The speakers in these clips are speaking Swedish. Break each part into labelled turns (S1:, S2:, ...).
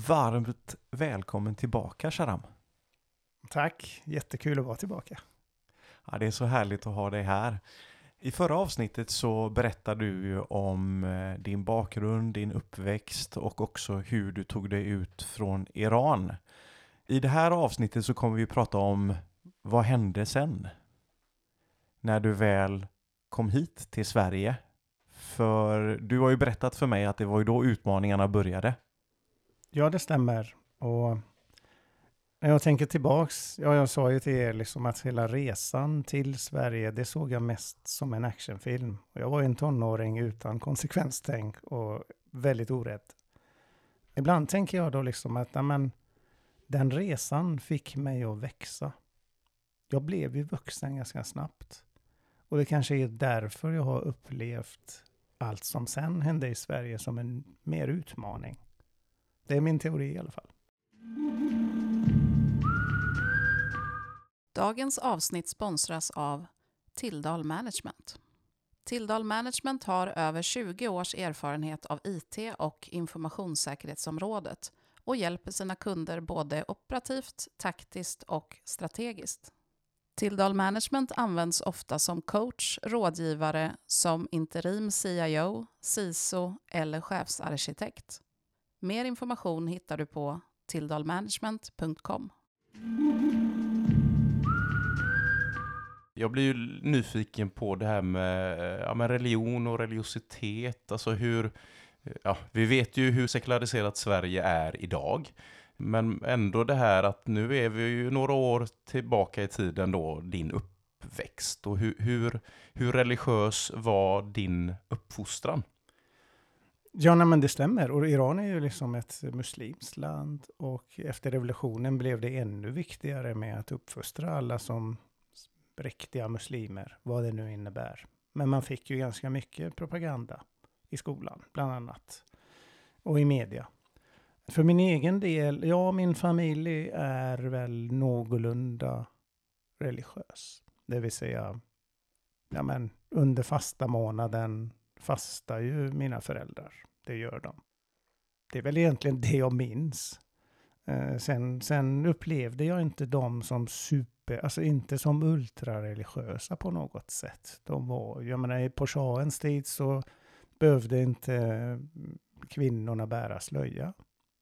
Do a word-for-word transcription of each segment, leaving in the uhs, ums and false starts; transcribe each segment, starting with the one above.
S1: Varmt välkommen tillbaka, Sharam.
S2: Tack, jättekul att vara tillbaka.
S1: Ja, det är så härligt att ha dig här. I förra avsnittet så berättade du ju om din bakgrund, din uppväxt och också hur du tog dig ut från Iran. I det här avsnittet så kommer vi prata om vad hände sen när du väl kom hit till Sverige. För du har ju berättat för mig att det var ju då utmaningarna började.
S2: Ja, det stämmer. Och när jag tänker tillbaks, ja, jag sa ju till er liksom att hela resan till Sverige, det såg jag mest som en actionfilm. Och jag var en tonåring utan konsekvenstänk och väldigt orädd. Ibland tänker jag då liksom att amen, den resan fick mig att växa. Jag blev ju vuxen ganska snabbt. Och det kanske är därför jag har upplevt allt som sen hände i Sverige som en mer utmaning. Det är min teori i alla fall.
S3: Dagens avsnitt sponsras av Tilldal Management. Tilldal Management har över tjugo års erfarenhet av I T och informationssäkerhetsområdet och hjälper sina kunder både operativt, taktiskt och strategiskt. Tilldal Management används ofta som coach, rådgivare, som interim C I O, C I S O eller chefsarkitekt. Mer information hittar du på tilldalmanagement punkt com.
S4: Jag blir ju nyfiken på det här med, ja, med religion och religiositet. Alltså hur, ja, vi vet ju hur sekulariserat Sverige är idag. Men ändå det här att nu är vi ju några år tillbaka i tiden då, din uppväxt. Och hur, hur, hur religiös var din uppfostran?
S2: Ja, nej, men det stämmer. Och Iran är ju liksom ett muslimskt land. Och efter revolutionen blev det ännu viktigare med att uppfostra alla som riktiga muslimer, vad det nu innebär. Men man fick ju ganska mycket propaganda i skolan, bland annat. Och i media. För min egen del, ja, min familj är väl någorlunda religiös. Det vill säga, ja men under fasta månaden fastar ju mina föräldrar. Det gör de. Det är väl egentligen det jag minns. Eh, sen, sen upplevde jag inte dem som super, alltså inte som ultrareligiösa på något sätt. De var, jag menar, på shahens tid så behövde inte kvinnorna bära slöja.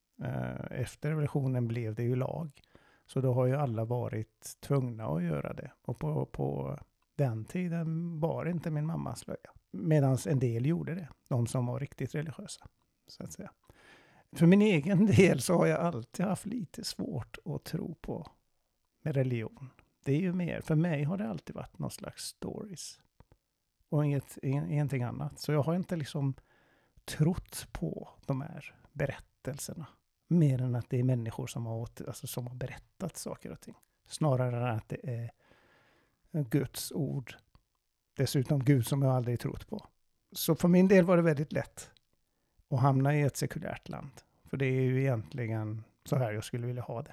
S2: Efter revolutionen blev det ju lag. Så då har ju alla varit tvungna att göra det. Och på, på den tiden var inte min mamma slöja. Medan en del gjorde det. De som var riktigt religiösa. Så att säga. För min egen del så har jag alltid haft lite svårt att tro på med religion. Det är ju mer, för mig har det alltid varit någon slags stories. Och inget, ingenting annat. Så jag har inte liksom trott på de här berättelserna. Mer än att det är människor som har, alltså som har berättat saker och ting. Snarare än att det är Guds ord. Dessutom Gud som jag aldrig trott på. Så för min del var det väldigt lätt att hamna i ett sekulärt land. För det är ju egentligen så här jag skulle vilja ha det.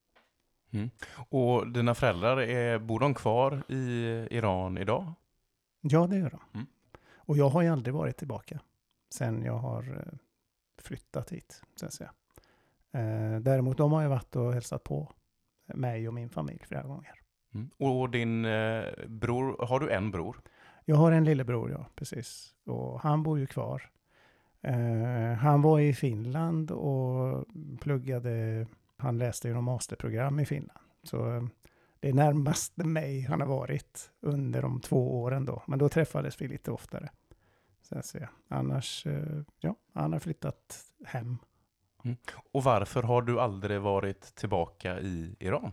S4: Mm. Och dina föräldrar, är, bor de kvar i Iran idag?
S2: Ja, det gör de.
S4: Mm.
S2: Och jag har ju aldrig varit tillbaka sen jag har flyttat hit, så att säga. Eh, däremot de har ju varit och hälsat på mig och min familj flera gånger.
S4: Mm. Och din eh, bror, har du en bror?
S2: Jag har en lillebror, ja, precis. Och han bor ju kvar. Eh, han var i Finland och pluggade, han läste ju någon masterprogram i Finland. Så eh, det är närmast mig han har varit under de två åren då. Men då träffades vi lite oftare. Så att säga. Annars, eh, ja, han har flyttat hem.
S4: Mm. Och varför har du aldrig varit tillbaka i Iran?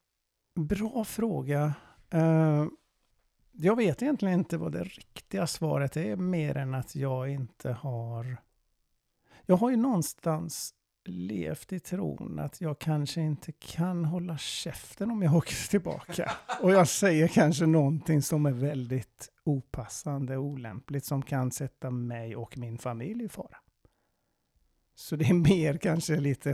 S2: Bra fråga. Uh, jag vet egentligen inte vad det riktiga svaret är, mer än att jag inte har... Jag har ju någonstans levt i tron att jag kanske inte kan hålla käften om jag åker tillbaka. Och jag säger kanske någonting som är väldigt opassande och olämpligt som kan sätta mig och min familj i fara. Så det är mer kanske lite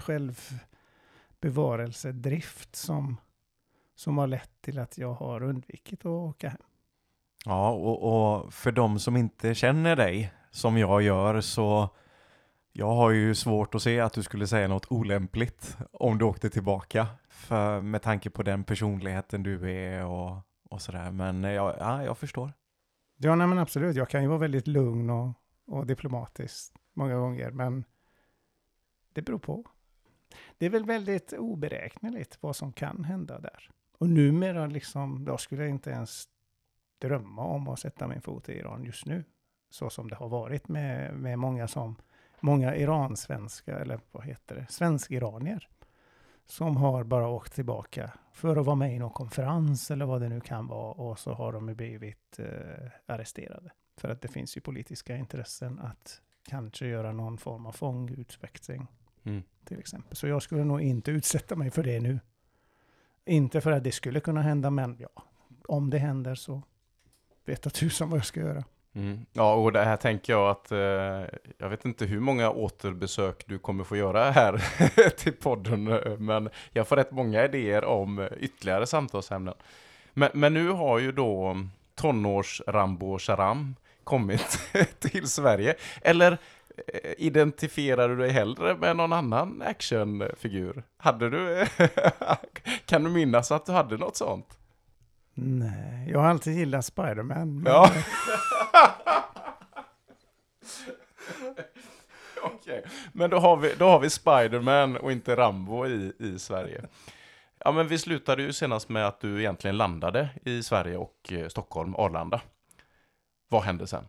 S2: självbevarelsedrift som, som har lett till att jag har undvikit att åka hem.
S1: Ja, och, och för de som inte känner dig som jag gör så Jag har ju svårt att se att du skulle säga något olämpligt om du åkte tillbaka. För med tanke på den personligheten du är och, och sådär. Men jag, ja, jag förstår.
S2: Ja, nej, men absolut. Jag kan ju vara väldigt lugn och, och diplomatisk många gånger, men det beror på. Det är väl väldigt oberäkneligt vad som kan hända där. Och numera liksom, då skulle jag inte ens drömma om att sätta min fot i Iran just nu. Så som det har varit med, med många som, många iransvenska, eller vad heter det, svensk-iranier. Som har bara åkt tillbaka för att vara med i någon konferens eller vad det nu kan vara. Och så har de blivit eh, arresterade. För att det finns ju politiska intressen att kanske göra någon form av fångutväxling.
S4: Mm.
S2: Till exempel. Så jag skulle nog inte utsätta mig för det nu. Inte för att det skulle kunna hända, men ja, om det händer så vet jag tusan vad jag ska göra.
S4: Mm. Ja, och det här tänker jag att eh, jag vet inte hur många återbesök du kommer få göra här till podden, men jag får rätt många idéer om ytterligare samtalsämnen. Men, men nu har ju då tonårs Rambo Sharam kommit till Sverige. Eller eh, identifierar du dig hellre med någon annan actionfigur? Hade du kan du minnas att du hade något sånt?
S2: Nej, jag har alltid gillat Spider-Man. Men...
S4: Ja. Okej, men då har vi, då har vi Spider-Man och inte Rambo i, i Sverige. Ja, men vi slutade ju senast med att du egentligen landade i Sverige och eh, Stockholm, Arlanda. Vad hände sen?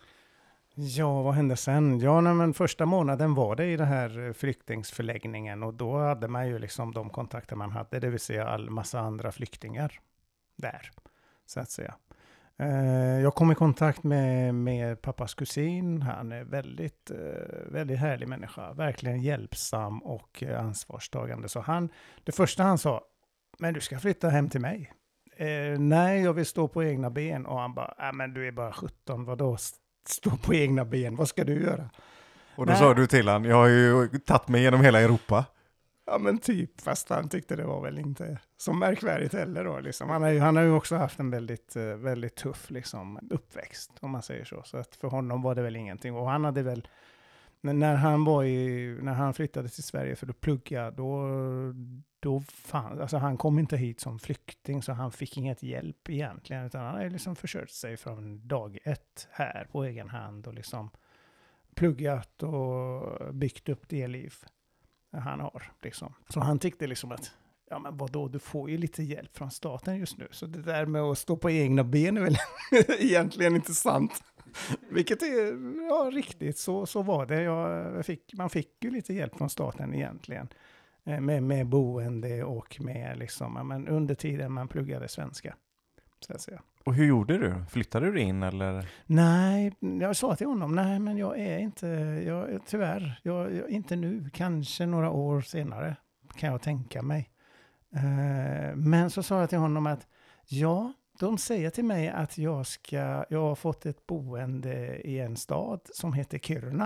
S2: Ja, vad hände sen? Ja, nej, men första månaden var det i den här flyktingsförläggningen och då hade man ju liksom de kontakter man hade, det vill säga all massa andra flyktingar där, så att säga. Jag kom i kontakt med, med pappas kusin. Han är väldigt, väldigt härlig människa. Verkligen hjälpsam och ansvarstagande. Så han, det första han sa, men du ska flytta hem till mig. Eh, nej, jag vill stå på egna ben. Och han bara, äh, men du är bara sjutton. Vadå stå på egna ben? Vad ska du göra?
S1: Och då
S2: nej.
S1: sa du till han, jag har ju tagit mig genom hela Europa.
S2: Ja, men typ, fast han tyckte det var väl inte så märkvärdigt heller då. Liksom. Han, har ju, han har ju också haft en väldigt, väldigt tuff liksom, uppväxt, om man säger så. Så att för honom var det väl ingenting. Och han hade väl, när han, var i, när han flyttade till Sverige för att plugga, då, då fan, alltså han kom inte hit som flykting, så han fick inget hjälp egentligen. Utan han har liksom försökt sig från dag ett här på egen hand och liksom pluggat och byggt upp det liv han har. Liksom. Så han tyckte liksom att, ja men vadå, du får ju lite hjälp från staten just nu. Så det där med att stå på egna ben är väl egentligen inte sant. Vilket är, ja riktigt, så, så var det. Jag fick, man fick ju lite hjälp från staten egentligen. Med, med boende och med liksom, ja, men under tiden man pluggade svenska. Så att säga.
S1: Och hur gjorde du? Flyttade du in eller?
S2: Nej, jag sa till honom, nej men jag är inte, jag, tyvärr, jag, jag, inte nu, kanske några år senare kan jag tänka mig. Uh, men så sa jag till honom att ja, de säger till mig att jag ska, jag har fått ett boende i en stad som heter Kiruna.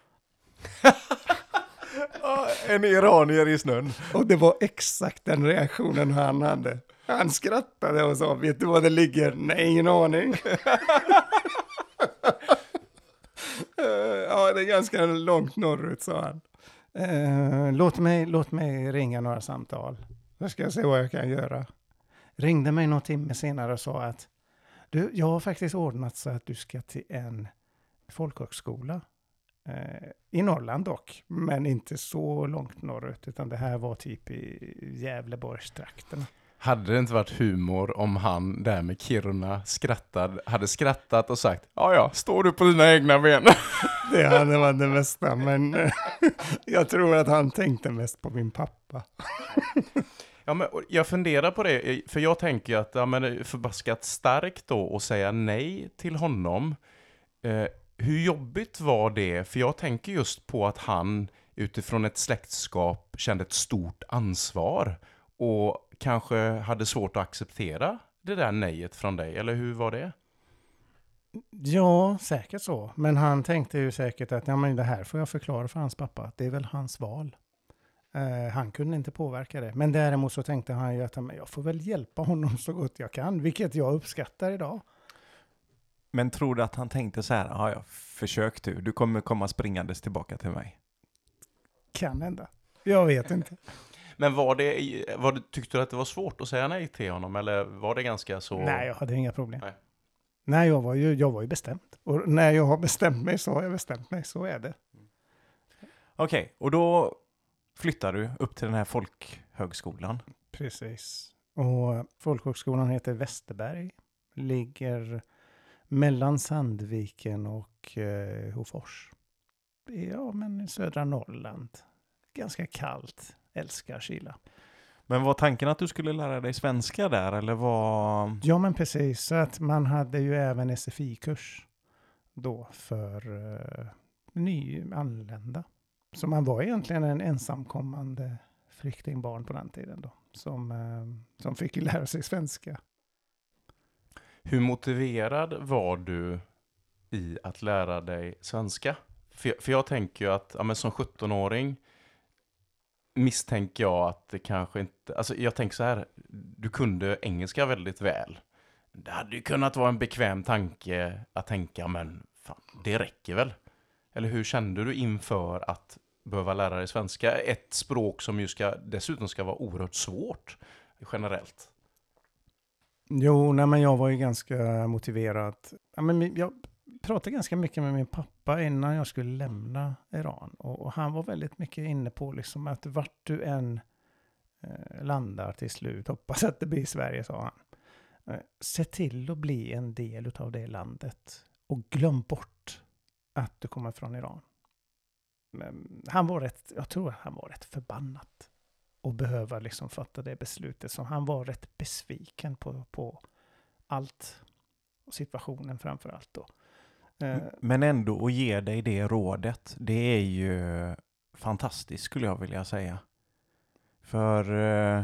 S1: En iranier i snön.
S2: Och det var exakt den reaktionen han hade. Han skrattade och sa, vet du vad det ligger? Nej, ingen aning. Ja, det är ganska långt norrut, sa han. Uh, låt, mig, låt mig ringa några samtal. Så ska jag se vad jag kan göra. Ringde mig någon timme senare och sa att du, jag har faktiskt ordnat så att du ska till en folkhögskola. Uh, I Norrland dock, men inte så långt norrut, utan det här var typ i Gävleborgstrakterna.
S4: Hade det inte varit humor om han där med Kiruna skrattad, hade skrattat och sagt, ja ja, står du på dina egna ben?
S2: Det hade varit det bästa, men jag tror att han tänkte mest på min pappa.
S4: Ja, men jag funderar på det, för jag tänker att ja, men förbaskat starkt då att säga nej till honom. Eh, hur jobbigt var det? För jag tänker just på att han utifrån ett släktskap kände ett stort ansvar och kanske hade svårt att acceptera det där nejet från dig, eller hur var det?
S2: Ja, säkert så. Men han tänkte ju säkert att ja, men det här får jag förklara för hans pappa. Det är väl hans val. Uh, han kunde inte påverka det. Men däremot så tänkte han ju att men jag får väl hjälpa honom så gott jag kan. Vilket jag uppskattar idag.
S1: Men tror du att han tänkte så här, ja ja, försök du. Du kommer komma springandes tillbaka till mig.
S2: Kan hända. Jag vet inte.
S4: Men var det, var det, tyckte du att det var svårt att säga nej till honom? Eller var det ganska så...
S2: Nej, jag hade inga problem.
S4: Nej.
S2: Nej, jag var ju, jag var ju bestämd. Och när jag har bestämt mig så har jag bestämt mig. Så är det.
S1: Okej, okay, och då flyttar du upp till den här folkhögskolan.
S2: Precis. Och folkhögskolan heter Västerberg. Ligger mellan Sandviken och eh, Hofors. Ja, men i södra Norrland. Ganska kallt. Älskar kyla.
S1: Men var tanken att du skulle lära dig svenska där, eller var...
S2: Ja, men precis. Så att man hade ju även S F I-kurs då för uh, nyanlända. Så man var egentligen en ensamkommande flyktingbarn på den tiden då. Som, uh, som fick lära sig svenska.
S4: Hur motiverad var du i att lära dig svenska? För, för jag tänker ju att ja, men som sjuttonåring misstänker jag att det kanske inte... Alltså jag tänker så här, du kunde engelska väldigt väl. Det hade ju kunnat vara en bekväm tanke att tänka, men fan, det räcker väl? Eller hur kände du inför att behöva lära dig svenska? Ett språk som ju ska, dessutom ska vara oerhört svårt generellt.
S2: Jo, nej, men jag var ju ganska motiverad. Ja, men jag pratade ganska mycket med min pappa innan jag skulle lämna Iran. Och, och han var väldigt mycket inne på liksom att vart du än eh, landar till slut, hoppas att det blir Sverige, sa han. Eh, se till att bli en del av det landet. Och glöm bort att du kommer från Iran. Men han var rätt, jag tror att han var rätt förbannad. Och behöva liksom fatta det beslutet. Så han var rätt besviken på, på allt. Och situationen framför allt då.
S1: Men ändå att ge dig det rådet, det är ju fantastiskt skulle jag vilja säga. För eh,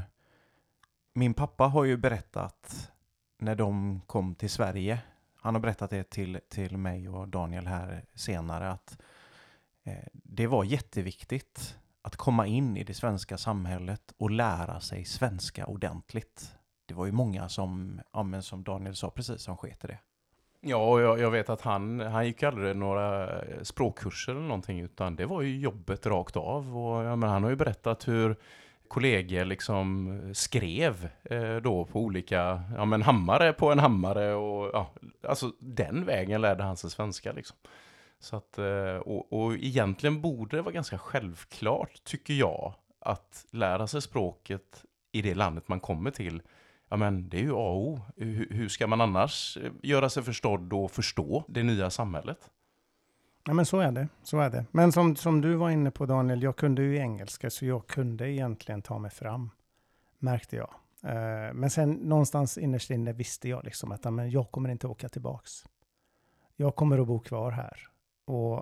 S1: min pappa har ju berättat när de kom till Sverige, han har berättat det till, till mig och Daniel här senare, att eh, det var jätteviktigt att komma in i det svenska samhället och lära sig svenska ordentligt. Det var ju många som, ja, men som Daniel sa precis, som sket i det.
S4: Ja, och jag, jag vet att han, han gick aldrig några språkkurser eller någonting, utan det var ju jobbet rakt av. Och ja, men han har ju berättat hur kollegor liksom skrev eh, då på olika, ja men hammare på en hammare och ja, alltså den vägen lärde han sig svenska liksom. Så att, eh, och, och egentligen borde det vara ganska självklart, tycker jag, att lära sig språket i det landet man kommer till. Ja, men det är ju A och O. Hur, hur ska man annars göra sig förstådd och förstå det nya samhället?
S2: Ja, men så är det. Så är det. Men som, som du var inne på, Daniel, jag kunde ju engelska, så jag kunde egentligen ta mig fram, märkte jag. Uh, men sen någonstans innerst inne visste jag liksom att men jag kommer inte åka tillbaks. Jag kommer att bo kvar här. Och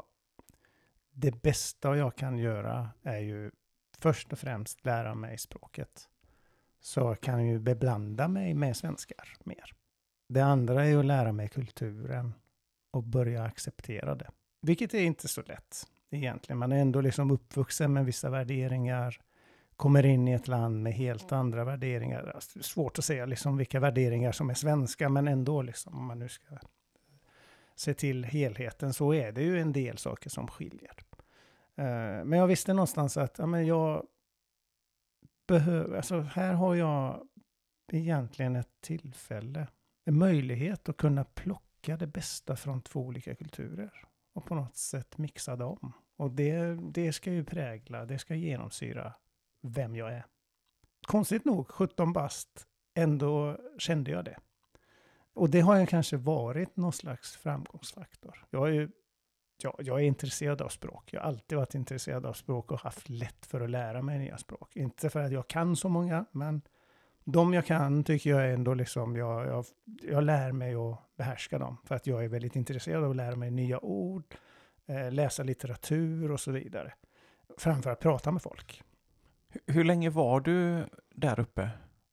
S2: det bästa jag kan göra är ju först och främst lära mig språket. Så jag kan ju beblanda mig med svenskar mer. Det andra är ju att lära mig kulturen och börja acceptera det. Vilket är inte så lätt egentligen. Man är ändå liksom uppvuxen med vissa värderingar. Kommer in i ett land med helt andra värderingar. Svårt att säga liksom vilka värderingar som är svenska, men ändå liksom, om man nu ska se till helheten, så är det ju en del saker som skiljer. Uh, men jag visste någonstans att ja, men jag behöver, alltså här har jag egentligen ett tillfälle, en möjlighet att kunna plocka det bästa från två olika kulturer och på något sätt mixa dem. Och det, det ska ju prägla, det ska genomsyra vem jag är. Konstigt nog, sjutton bast, ändå kände jag det. Och det har ju kanske varit någon slags framgångsfaktor. Jag är ju Ja, jag är intresserad av språk. Jag har alltid varit intresserad av språk och haft lätt för att lära mig nya språk. Inte för att jag kan så många, men de jag kan tycker jag ändå liksom, jag, jag, jag lär mig att behärska dem. För att jag är väldigt intresserad av att lära mig nya ord, eh, läsa litteratur och så vidare. Framför att prata med folk.
S1: Hur, hur länge var du där uppe?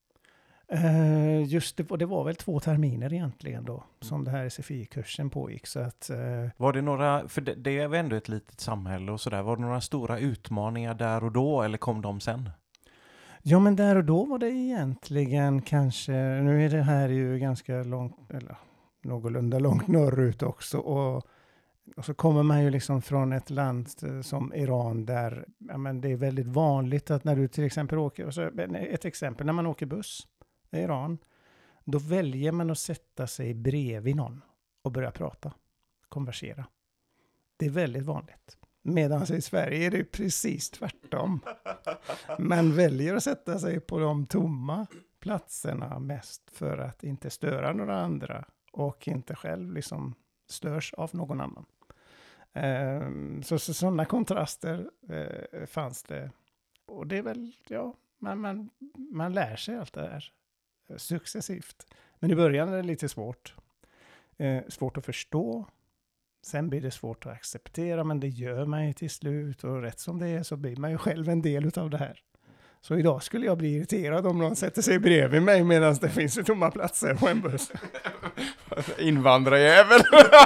S2: Uh, just det, det var väl två terminer egentligen då, som det här S F I-kursen pågick. Så att, uh,
S1: var det några, för det, det är väl ändå ett litet samhälle och sådär, var det några stora utmaningar där och då, eller kom de sen?
S2: Ja, men där och då var det egentligen kanske, nu är det här ju ganska långt, eller någorlunda långt norrut också, och Och så kommer man ju liksom från ett land som Iran där ja, men det är väldigt vanligt att när du till exempel åker, alltså ett exempel, när man åker buss i Iran, då väljer man att sätta sig bredvid någon och börja prata, konversera. Det är väldigt vanligt. Medan i Sverige är det precis tvärtom. Man väljer att sätta sig på de tomma platserna mest för att inte störa några andra och inte själv liksom störs av någon annan. Um, så, så sådana kontraster uh, fanns det. Och det är väl, ja, man, man, man lär sig allt det här uh, successivt. Men i början är det lite svårt. Uh, svårt att förstå. Sen blir det svårt att acceptera, men det gör man ju till slut. Och rätt som det är så blir man ju själv en del av det här. Så idag skulle jag bli irriterad om någon sätter sig bredvid mig medan det finns tomma platser på en buss.
S4: Invandrarjävel!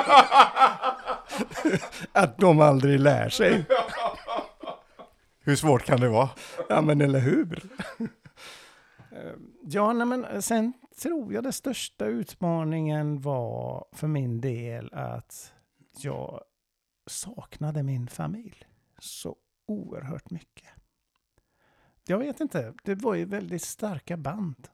S2: Att de aldrig lär sig.
S1: Hur svårt kan det vara?
S2: Ja, men eller hur? Ja, nej, men sen tror jag det största utmaningen var för min del att jag saknade min familj så oerhört mycket. Jag vet inte, det var ju väldigt starka band.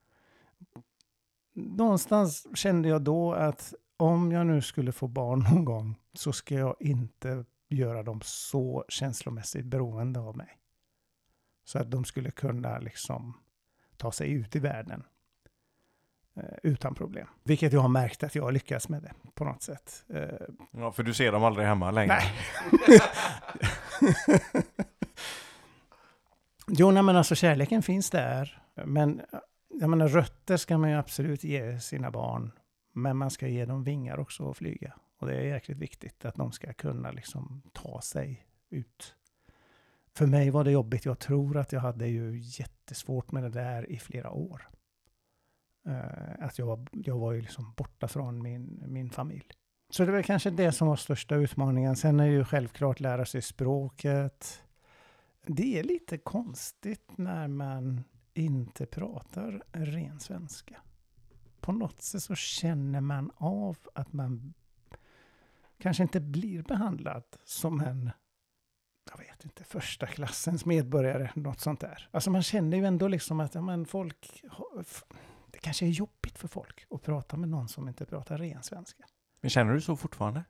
S2: Någonstans kände jag då att om jag nu skulle få barn någon gång så ska jag inte göra dem så känslomässigt beroende av mig. Så att de skulle kunna liksom ta sig ut i världen eh, utan problem. Vilket jag har märkt att jag har lyckats med det på något sätt. Eh,
S1: Ja, för du ser dem aldrig hemma längre.
S2: Nej. Jo, nej, men alltså kärleken finns där. Men jag menar, rötter ska man ju absolut ge sina barn. Men man ska ge dem vingar också att flyga. Och det är jäkligt viktigt att de ska kunna liksom ta sig ut. För mig var det jobbigt. Jag tror att jag hade ju jättesvårt med det där i flera år. Uh, att jag var, jag var ju liksom borta från min, min familj. Så det var kanske det som var största utmaningen. Sen är det ju självklart lära sig språket. Det är lite konstigt när man inte pratar ren svenska. På något sätt så känner man av att man kanske inte blir behandlad som en, jag vet inte, första klassens medborgare, något sånt där. Alltså man känner ju ändå liksom att ja, men folk, det kanske är jobbigt för folk att prata med någon som inte pratar ren svenska.
S1: Men känner du så fortfarande?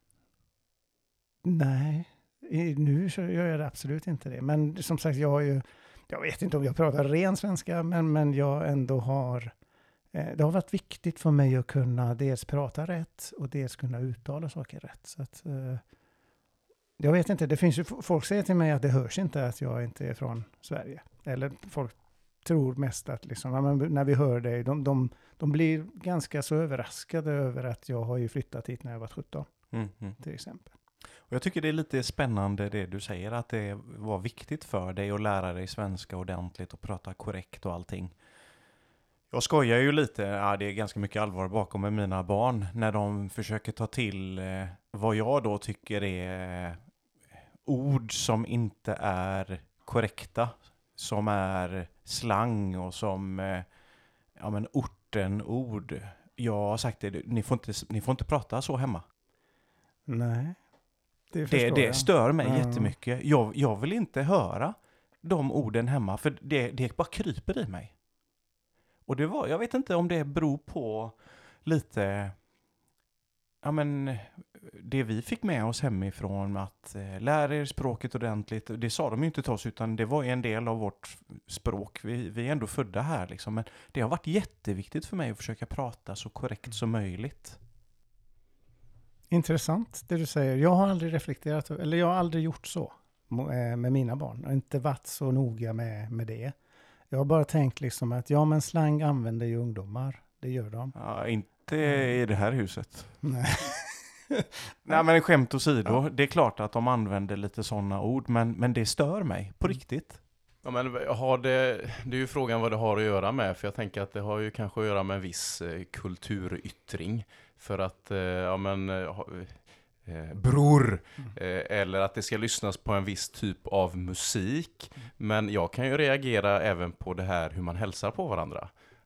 S2: Nej, nu gör jag det absolut inte det. Men som sagt, jag har ju, jag vet inte om jag pratar ren svenska, men, men jag ändå har, eh, det har varit viktigt för mig att kunna dels prata rätt och dels kunna uttala saker rätt. Så att, eh, jag vet inte, det finns ju, folk säger till mig att det hörs inte att jag inte är från Sverige. Eller folk tror mest att liksom, ja, men när vi hör dig, de, de, de blir ganska så överraskade över att jag har ju flyttat hit när jag var sjutton,
S1: Mm, mm.
S2: till exempel.
S1: Och jag tycker det är lite spännande det du säger, att det var viktigt för dig att lära dig svenska ordentligt och prata korrekt och allting. Jag skojar ju lite, ja, det är ganska mycket allvar bakom med mina barn när de försöker ta till eh, vad jag då tycker är ord som inte är korrekta, som är slang och som eh, ja, men ortenord. Jag har sagt det, ni får inte, ni får inte prata så hemma.
S2: Nej. Det,
S1: Det, det stör mig
S2: ja.
S1: jättemycket. Jag, jag vill inte höra de orden hemma, för det, det bara kryper i mig. Och det var, jag vet inte om det beror på lite, ja men, det vi fick med oss hemifrån, att eh, lära er språket ordentligt. Det sa de ju inte till oss, utan det var en del av vårt språk. Vi, vi är ändå födda här liksom. Men det har varit jätteviktigt för mig att försöka prata så korrekt som möjligt.
S2: Intressant det du säger. Jag har aldrig reflekterat, eller jag har aldrig gjort så med mina barn. Jag har inte varit så noga med, med det. Jag har bara tänkt liksom att ja, men slang använder ju ungdomar. Det gör de.
S1: Ja, inte i det här huset.
S2: Nej.
S1: Nej, men skämt åsido. Ja. Det är klart att de använder lite sådana ord, men, men det stör mig på riktigt.
S4: Ja, men har det, det är ju frågan vad det har att göra med, för jag tänker att det har ju kanske att göra med en viss eh, kulturyttring. För att, eh, ja men, eh, eh, bror, eh, eller att det ska lyssnas på en viss typ av musik. Men jag kan ju reagera även på det här hur man hälsar på varandra.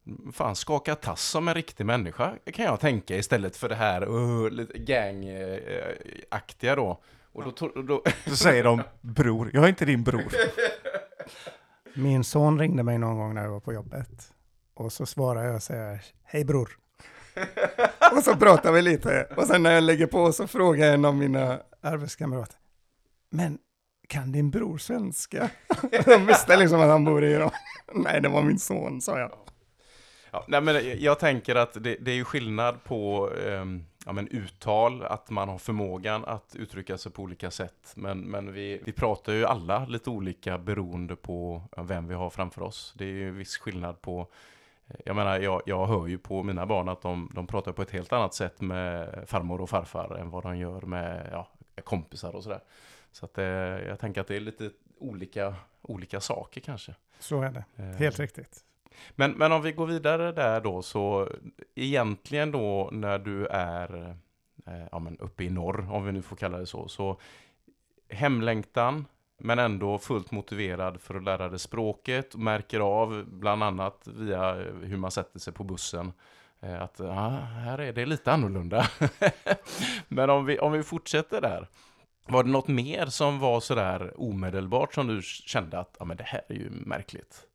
S4: fan, skaka tass som en riktig människa kan jag tänka, istället för det här uh, lite gang-aktiga då. Och då, to- då...
S1: Så säger de, bror, jag är inte din bror.
S2: Min son ringde mig någon gång när jag var på jobbet. Och så svarar jag och säger, hej bror. Och så pratar vi lite. Och sen när jag lägger på så frågar en av mina arbetskamrater, men kan din bror svenska? De visste liksom att han bor i Iran. Nej, det var min son, sa jag.
S4: Ja, nej, men jag tänker att det, det är ju skillnad på eh, ja, men uttal, att man har förmågan att uttrycka sig på olika sätt. Men, men vi, vi pratar ju alla lite olika beroende på vem vi har framför oss. Det är ju viss skillnad på, jag menar, jag, jag hör ju på mina barn att de, de pratar på ett helt annat sätt med farmor och farfar än vad de gör med ja, kompisar och sådär. Så att, eh, jag tänker att det är lite olika, olika saker kanske.
S2: Så är det, helt eh. riktigt.
S4: Men, men om vi går vidare där då, så egentligen då när du är eh, ja, men uppe i norr, om vi nu får kalla det så, så hemlängtan men ändå fullt motiverad för att lära dig språket, och märker av bland annat via hur man sätter sig på bussen eh, att ah, här är det lite annorlunda. Men om vi, om vi fortsätter där, var det något mer som var sådär omedelbart som du kände att ah, men det här är ju märkligt?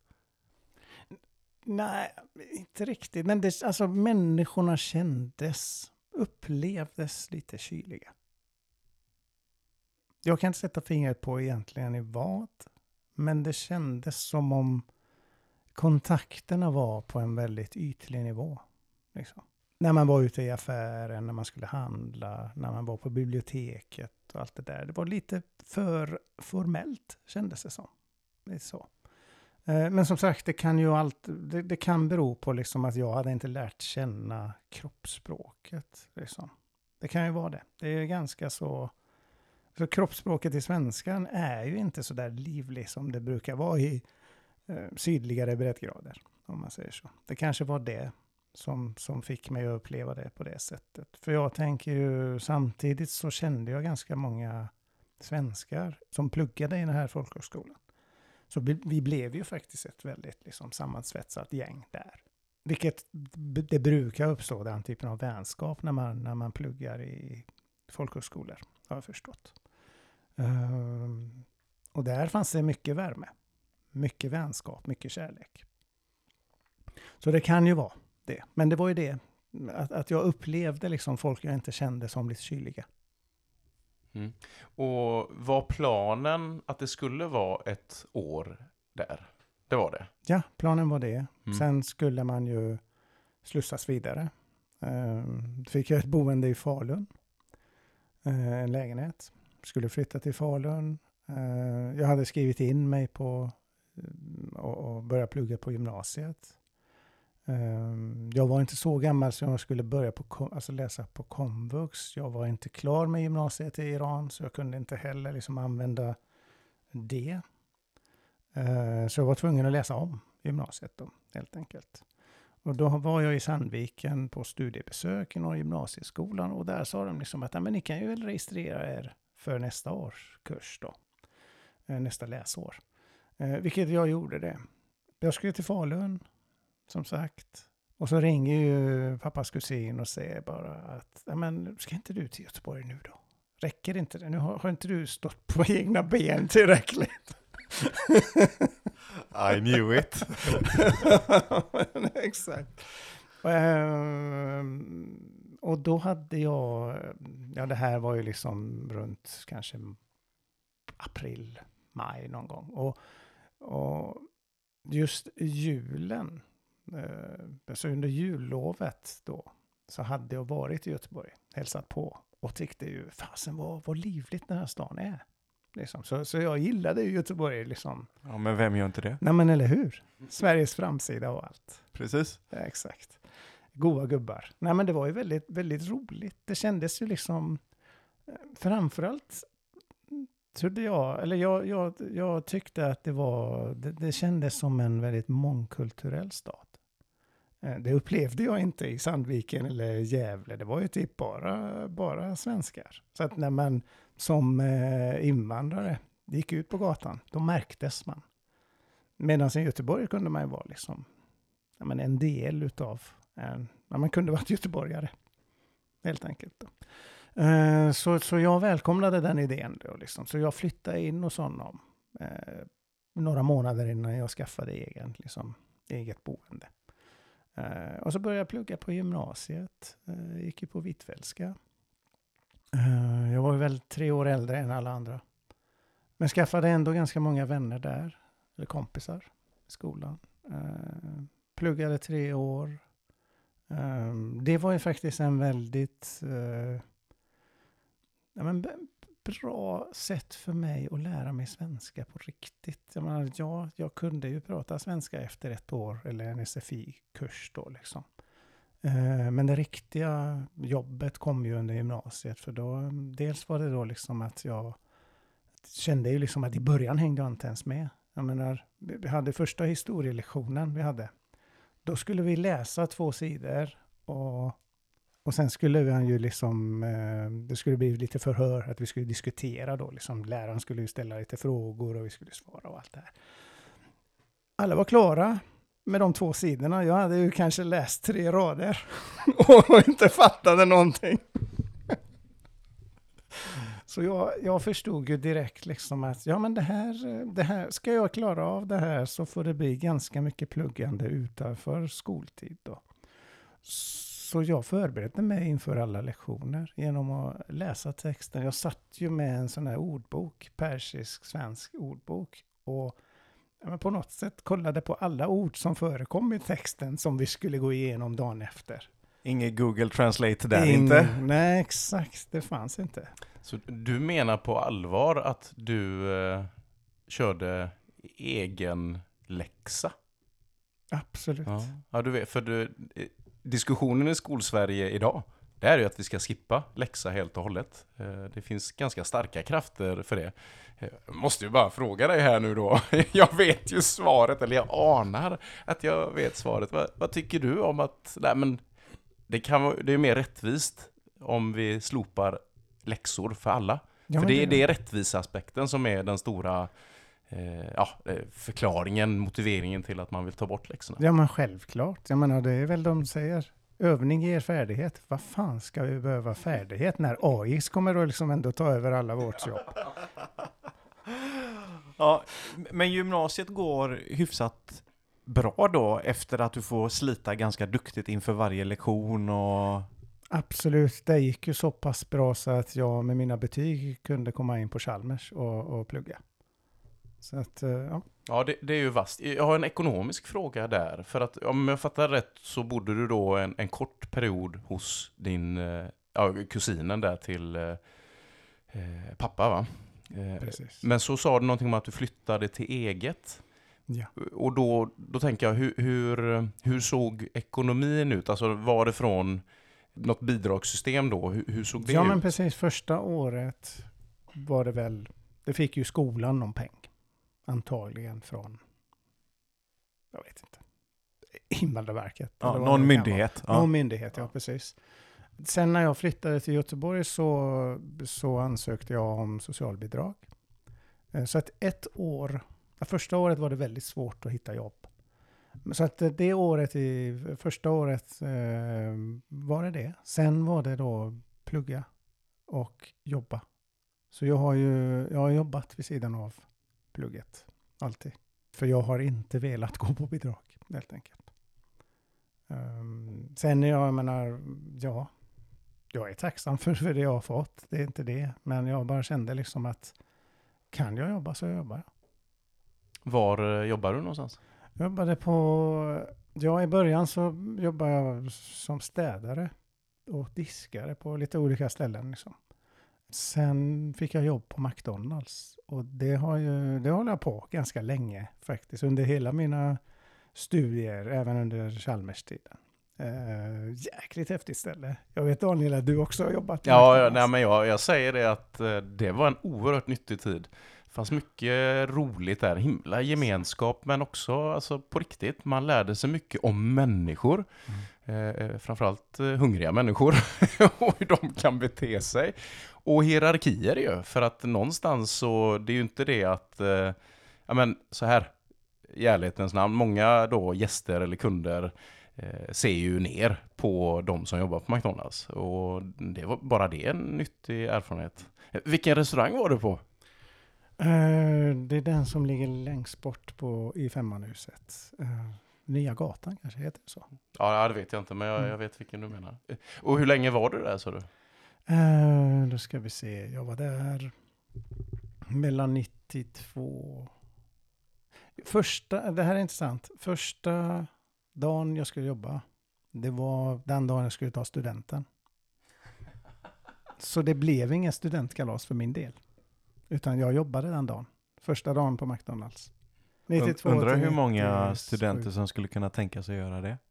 S2: Nej, inte riktigt. Men det, alltså, människorna kändes, upplevdes lite kyliga. Jag kan inte sätta fingret på egentligen i vad. Men det kändes som om kontakterna var på en väldigt ytlig nivå. Liksom. När man var ute i affären, när man skulle handla, när man var på biblioteket och allt det där. Det var lite för formellt, kändes det som. Det är så. Men som sagt, det kan ju allt, det, det kan bero på liksom att jag hade inte lärt känna kroppsspråket. Liksom. Det kan ju vara det. Det är ganska så, så kroppsspråket i svenskan är ju inte så där livlig som det brukar vara i eh, sydligare breddgrader, om man säger så. Det kanske var det som, som fick mig att uppleva det på det sättet. För jag tänker ju, samtidigt så kände jag ganska många svenskar som pluggade i den här folkhögskolan. Så vi, vi blev ju faktiskt ett väldigt liksom, sammansvetsat gäng där. Vilket det brukar uppstå, den typen av vänskap när man, när man pluggar i folkhögskolor, har jag förstått. Um, och där fanns det mycket värme. Mycket vänskap, mycket kärlek. Så det kan ju vara det. Men det var ju det, att, att jag upplevde liksom folk jag inte kände som lite kyliga.
S4: Mm. Och var planen att det skulle vara ett år där? Det var det?
S2: Ja, planen var det.
S4: Mm.
S2: Sen skulle man ju slussas vidare. Uh, fick jag ett boende i Falun. Uh, en lägenhet. Skulle flytta till Falun. Uh, jag hade skrivit in mig på uh, och, och börja plugga på gymnasiet. Uh, jag var inte så gammal så jag skulle börja på, alltså läsa på komvux. Jag var inte klar med gymnasiet i Iran så jag kunde inte heller liksom använda det. Uh, så jag var tvungen att läsa om gymnasiet då, helt enkelt. Och då var jag i Sandviken på studiebesök i någon gymnasieskolan och där sa de liksom att men ni kan ju väl registrera er för nästa års kurs då. Uh, nästa läsår. Uh, vilket jag gjorde det. Jag skulle till Falun. Som sagt. Och så ringer ju pappas kusin och säger bara att men ska inte du till Göteborg nu då? Räcker inte det? Nu har, har inte du stått på egna ben tillräckligt?
S1: I knew it.
S2: Exakt. Um, och då hade jag, ja det här var ju liksom runt kanske april, maj någon gång. Och, och just julen, så under jullovet då så hade jag varit i Göteborg, hälsat på och tyckte ju fasen vad, vad livligt den här stan är. Liksom. Så, så jag gillade ju Göteborg liksom.
S1: Ja, men vem gör inte det?
S2: Nej men eller hur? Sveriges framsida och allt.
S1: Precis.
S2: Ja, exakt. Goa gubbar. Nej men det var ju väldigt, väldigt roligt. Det kändes ju liksom framförallt trodde jag, eller jag, jag, jag tyckte att det var, det, det kändes som en väldigt mångkulturell stad. Det upplevde jag inte i Sandviken eller Gävle. Det var ju typ bara, bara svenskar. Så att när man som eh, invandrare gick ut på gatan, då märktes man. Medan i Göteborg kunde man ju vara liksom ja, men en del utav, en, ja, man kunde varit göteborgare. Helt enkelt då. Uh, så, så jag välkomnade den idén då liksom. Så jag flyttade in hos honom uh, några månader innan jag skaffade egen, liksom, eget boende. Uh, och så började jag plugga på gymnasiet. Uh, gick ju på Hvitfeldtska. Uh, jag var väl tre år äldre än alla andra. Men skaffade ändå ganska många vänner där. Eller kompisar i skolan. Uh, pluggade tre år. Um, det var ju faktiskt en väldigt uh, ja, men b- bra sätt för mig att lära mig svenska på riktigt. Jag menar, ja, jag kunde ju prata svenska efter ett år eller en S F I-kurs då liksom. Uh, men det riktiga jobbet kom ju under gymnasiet, för då, dels var det då liksom att jag kände ju liksom att i början hängde jag inte ens med. Jag menar, vi hade första historielektionen vi hade. Då skulle vi läsa två sidor och, och sen skulle vi ju liksom, eh, det skulle bli lite förhör, att vi skulle diskutera då, liksom läraren skulle ju ställa lite frågor och vi skulle svara och allt det här. Alla var klara med de två sidorna. Jag hade ju kanske läst tre rader och inte fattade någonting. Så jag, jag förstod ju direkt liksom att ja, men det här, det här ska jag klara av det här, så får det bli ganska mycket pluggande utanför skoltid då. Så jag förberedde mig inför alla lektioner genom att läsa texten. Jag satt ju med en sån här ordbok, persisk svensk ordbok, och ja, men på något sätt kollade på alla ord som förekom i texten som vi skulle gå igenom dagen efter.
S1: Ingen Google Translate där
S2: Ingen,
S1: inte?
S2: Nej, exakt. Det fanns inte.
S4: Så du menar på allvar att du eh, körde egen läxa?
S2: Absolut.
S4: Ja, ja du vet, för du, diskussionen i Skolsverige idag, det är ju att vi ska skippa läxa helt och hållet. Eh, det finns ganska starka krafter för det. Jag måste ju bara fråga dig här nu då. Jag vet ju svaret, eller jag anar att jag vet svaret. Vad, vad tycker du om att, nej men det, kan, det är mer rättvist om vi slopar läxor för alla.
S2: Ja,
S4: för det,
S2: det,
S4: det är rättvisaspekten som är den stora eh, ja, förklaringen, motiveringen till att man vill ta bort läxorna.
S2: Ja, men självklart. Jag menar, det är väl de säger. Övning ger färdighet. Vad fan ska vi behöva färdighet när A I kommer då liksom ändå ta över alla vårt jobb?
S1: Ja, men gymnasiet går hyfsat bra då efter att du får slita ganska duktigt inför varje lektion och...
S2: Absolut, det gick ju så pass bra så att jag med mina betyg kunde komma in på Chalmers och, och plugga. Så att, ja.
S4: Ja, det, det är ju vast. Jag har en ekonomisk fråga där. För att om jag fattar rätt så bodde du då en, en kort period hos din ja, kusinen där till eh, pappa, va? Eh,
S2: Precis.
S4: men så sa du någonting om att du flyttade till eget.
S2: Ja.
S4: Och då, då tänker jag, hur, hur, hur såg ekonomin ut? Alltså var det från något bidragssystem då? Hur, hur såg det
S2: ja,
S4: ut?
S2: Ja, men precis. Första året var det väl, det fick ju skolan någon peng. Antagligen från, jag vet inte, Invandrarverket.
S1: Ja,
S2: eller vad
S1: någon
S2: det kan
S1: myndighet.
S2: vara.
S1: Ja.
S2: Någon myndighet, ja, precis. Sen när jag flyttade till Göteborg så, så ansökte jag om socialbidrag. Så att ett år, första året var det väldigt svårt att hitta jobb. Så att det året, i första året eh, var det det. Sen var det då plugga och jobba. Så jag har ju jag har jobbat vid sidan av plugget, alltid. För jag har inte velat gå på bidrag, helt enkelt. Um, sen jag menar, ja, jag är tacksam för, för det jag har fått. Det är inte det. Men jag bara kände liksom att kan jag jobba så jobbar jag.
S4: Var jobbar du någonstans?
S2: Jag jobbade på, ja i början så jobbade jag som städare och diskare på lite olika ställen liksom. Sen fick jag jobb på McDonalds och det har ju, det håller jag på ganska länge faktiskt. Under hela mina studier, även under Chalmers-tiden. Uh, jäkligt häftigt ställe. Jag vet Daniel att du också har jobbat på
S4: Ja,
S2: McDonalds.
S4: ja nej, men jag, jag säger det att uh, det var en oerhört nyttig tid. Det fanns mycket roligt där, himla gemenskap, men också alltså, på riktigt, man lärde sig mycket om människor. Mm. Eh, framförallt eh, hungriga människor och hur de kan bete sig. Och hierarkier ju, för att någonstans så, det är ju inte det att, eh, ja men så här, i ärlighetens namn, många då gäster eller kunder eh, ser ju ner på de som jobbar på McDonalds. Och det var bara det en nyttig erfarenhet. Vilken restaurang var du på?
S2: Uh, det är den som ligger längst bort på, i Femmanhuset. Uh, Nya gatan kanske heter det så.
S4: Ja, det vet jag inte, men jag,
S2: Mm.
S4: jag vet vilken du menar. Och hur länge var du där, sa du?
S2: Uh, då ska vi se. Jag var där mellan nittiotvå. Första, det här är intressant. Första dagen jag skulle jobba, det var den dagen jag skulle ta studenten. Så det blev ingen studentkalas för min del. Utan jag jobbade den dagen. Första dagen på McDonalds. nittiotvå
S1: Undrar
S2: till
S1: hur många
S2: nittiosju.
S1: studenter som skulle kunna tänka sig göra det?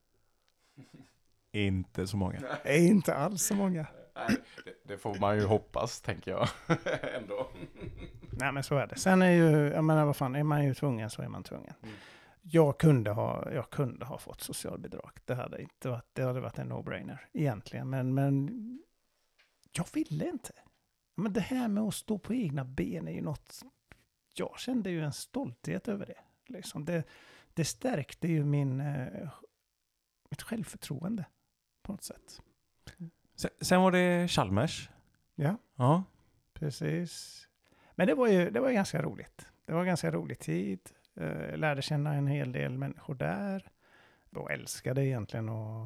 S1: Inte så många.
S2: Det är inte alls så många.
S4: Nej, det, det får man ju hoppas, tänker jag. Ändå.
S2: Nej, men så är det. Sen är ju, jag menar vad fan, är man ju tvungen så är man tvungen.
S4: Mm.
S2: Jag kunde ha, jag kunde ha fått socialbidrag. Det hade inte varit, det hade varit en no-brainer egentligen. Men, men jag ville inte. Men det här med att stå på egna ben är ju något, jag kände ju en stolthet över det. Liksom det, det stärkte ju min, eh, mitt självförtroende på något sätt.
S1: Sen, sen var det Chalmers.
S2: Ja.
S1: Ja.
S2: Precis. Men det var ju det var ganska roligt. Det var ganska rolig tid. Uh, lärde känna en hel del människor där. Och älskade egentligen att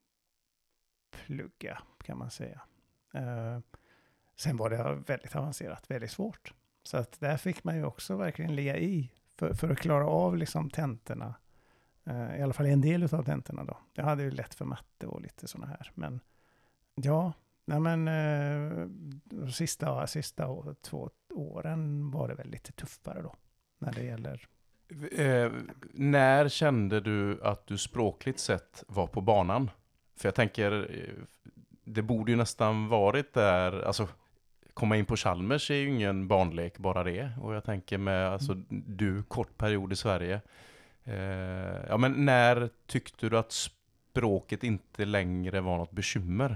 S2: plugga, kan man säga. Uh, sen var det väldigt avancerat, väldigt svårt. Så att där fick man ju också verkligen ligga i för, för att klara av liksom tentorna. Uh, I alla fall en del av tentorna då. Jag hade ju lätt för matte och lite sådana här. Men ja, nej men uh, de sista, sista å- två åren var det väl lite tuffare då. När det gäller...
S4: Eh, när kände du att du språkligt sett var på banan? För jag tänker, eh, det borde ju nästan varit där, alltså komma in på Chalmers är ju ingen barnlek bara det. Och jag tänker med, alltså du, kort period i Sverige. Eh, ja men när tyckte du att språket inte längre var något bekymmer?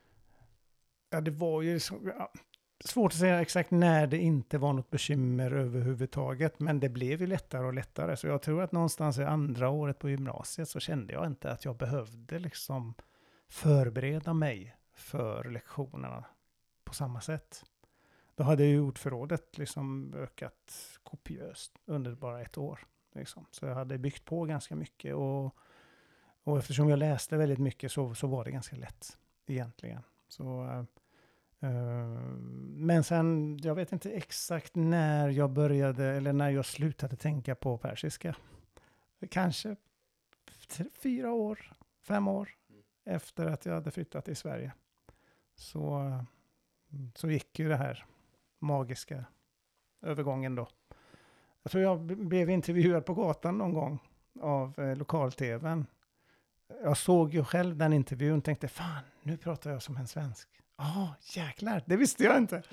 S2: Ja, det var ju så, ja, svårt att säga exakt när det inte var något bekymmer överhuvudtaget. Men det blev ju lättare och lättare. Så jag tror att någonstans i andra året på gymnasiet så kände jag inte att jag behövde liksom förbereda mig för lektionerna på samma sätt. Då hade ju ordförrådet liksom ökat kopiöst under bara ett år. Liksom. Så jag hade byggt på ganska mycket. Och, och eftersom jag läste väldigt mycket så, så var det ganska lätt egentligen. Så... Uh, men sen, jag vet inte exakt när jag började eller när jag slutade tänka på persiska. Kanske tre, fyra år, fem år efter att jag hade flyttat till Sverige. Så, så gick ju det här magiska övergången då. Jag tror jag blev intervjuad på gatan någon gång av eh, lokal-tvn. Jag såg ju själv den intervjun och tänkte, fan, nu pratar jag som en svensk. Ja, oh, jäklar, det visste jag inte.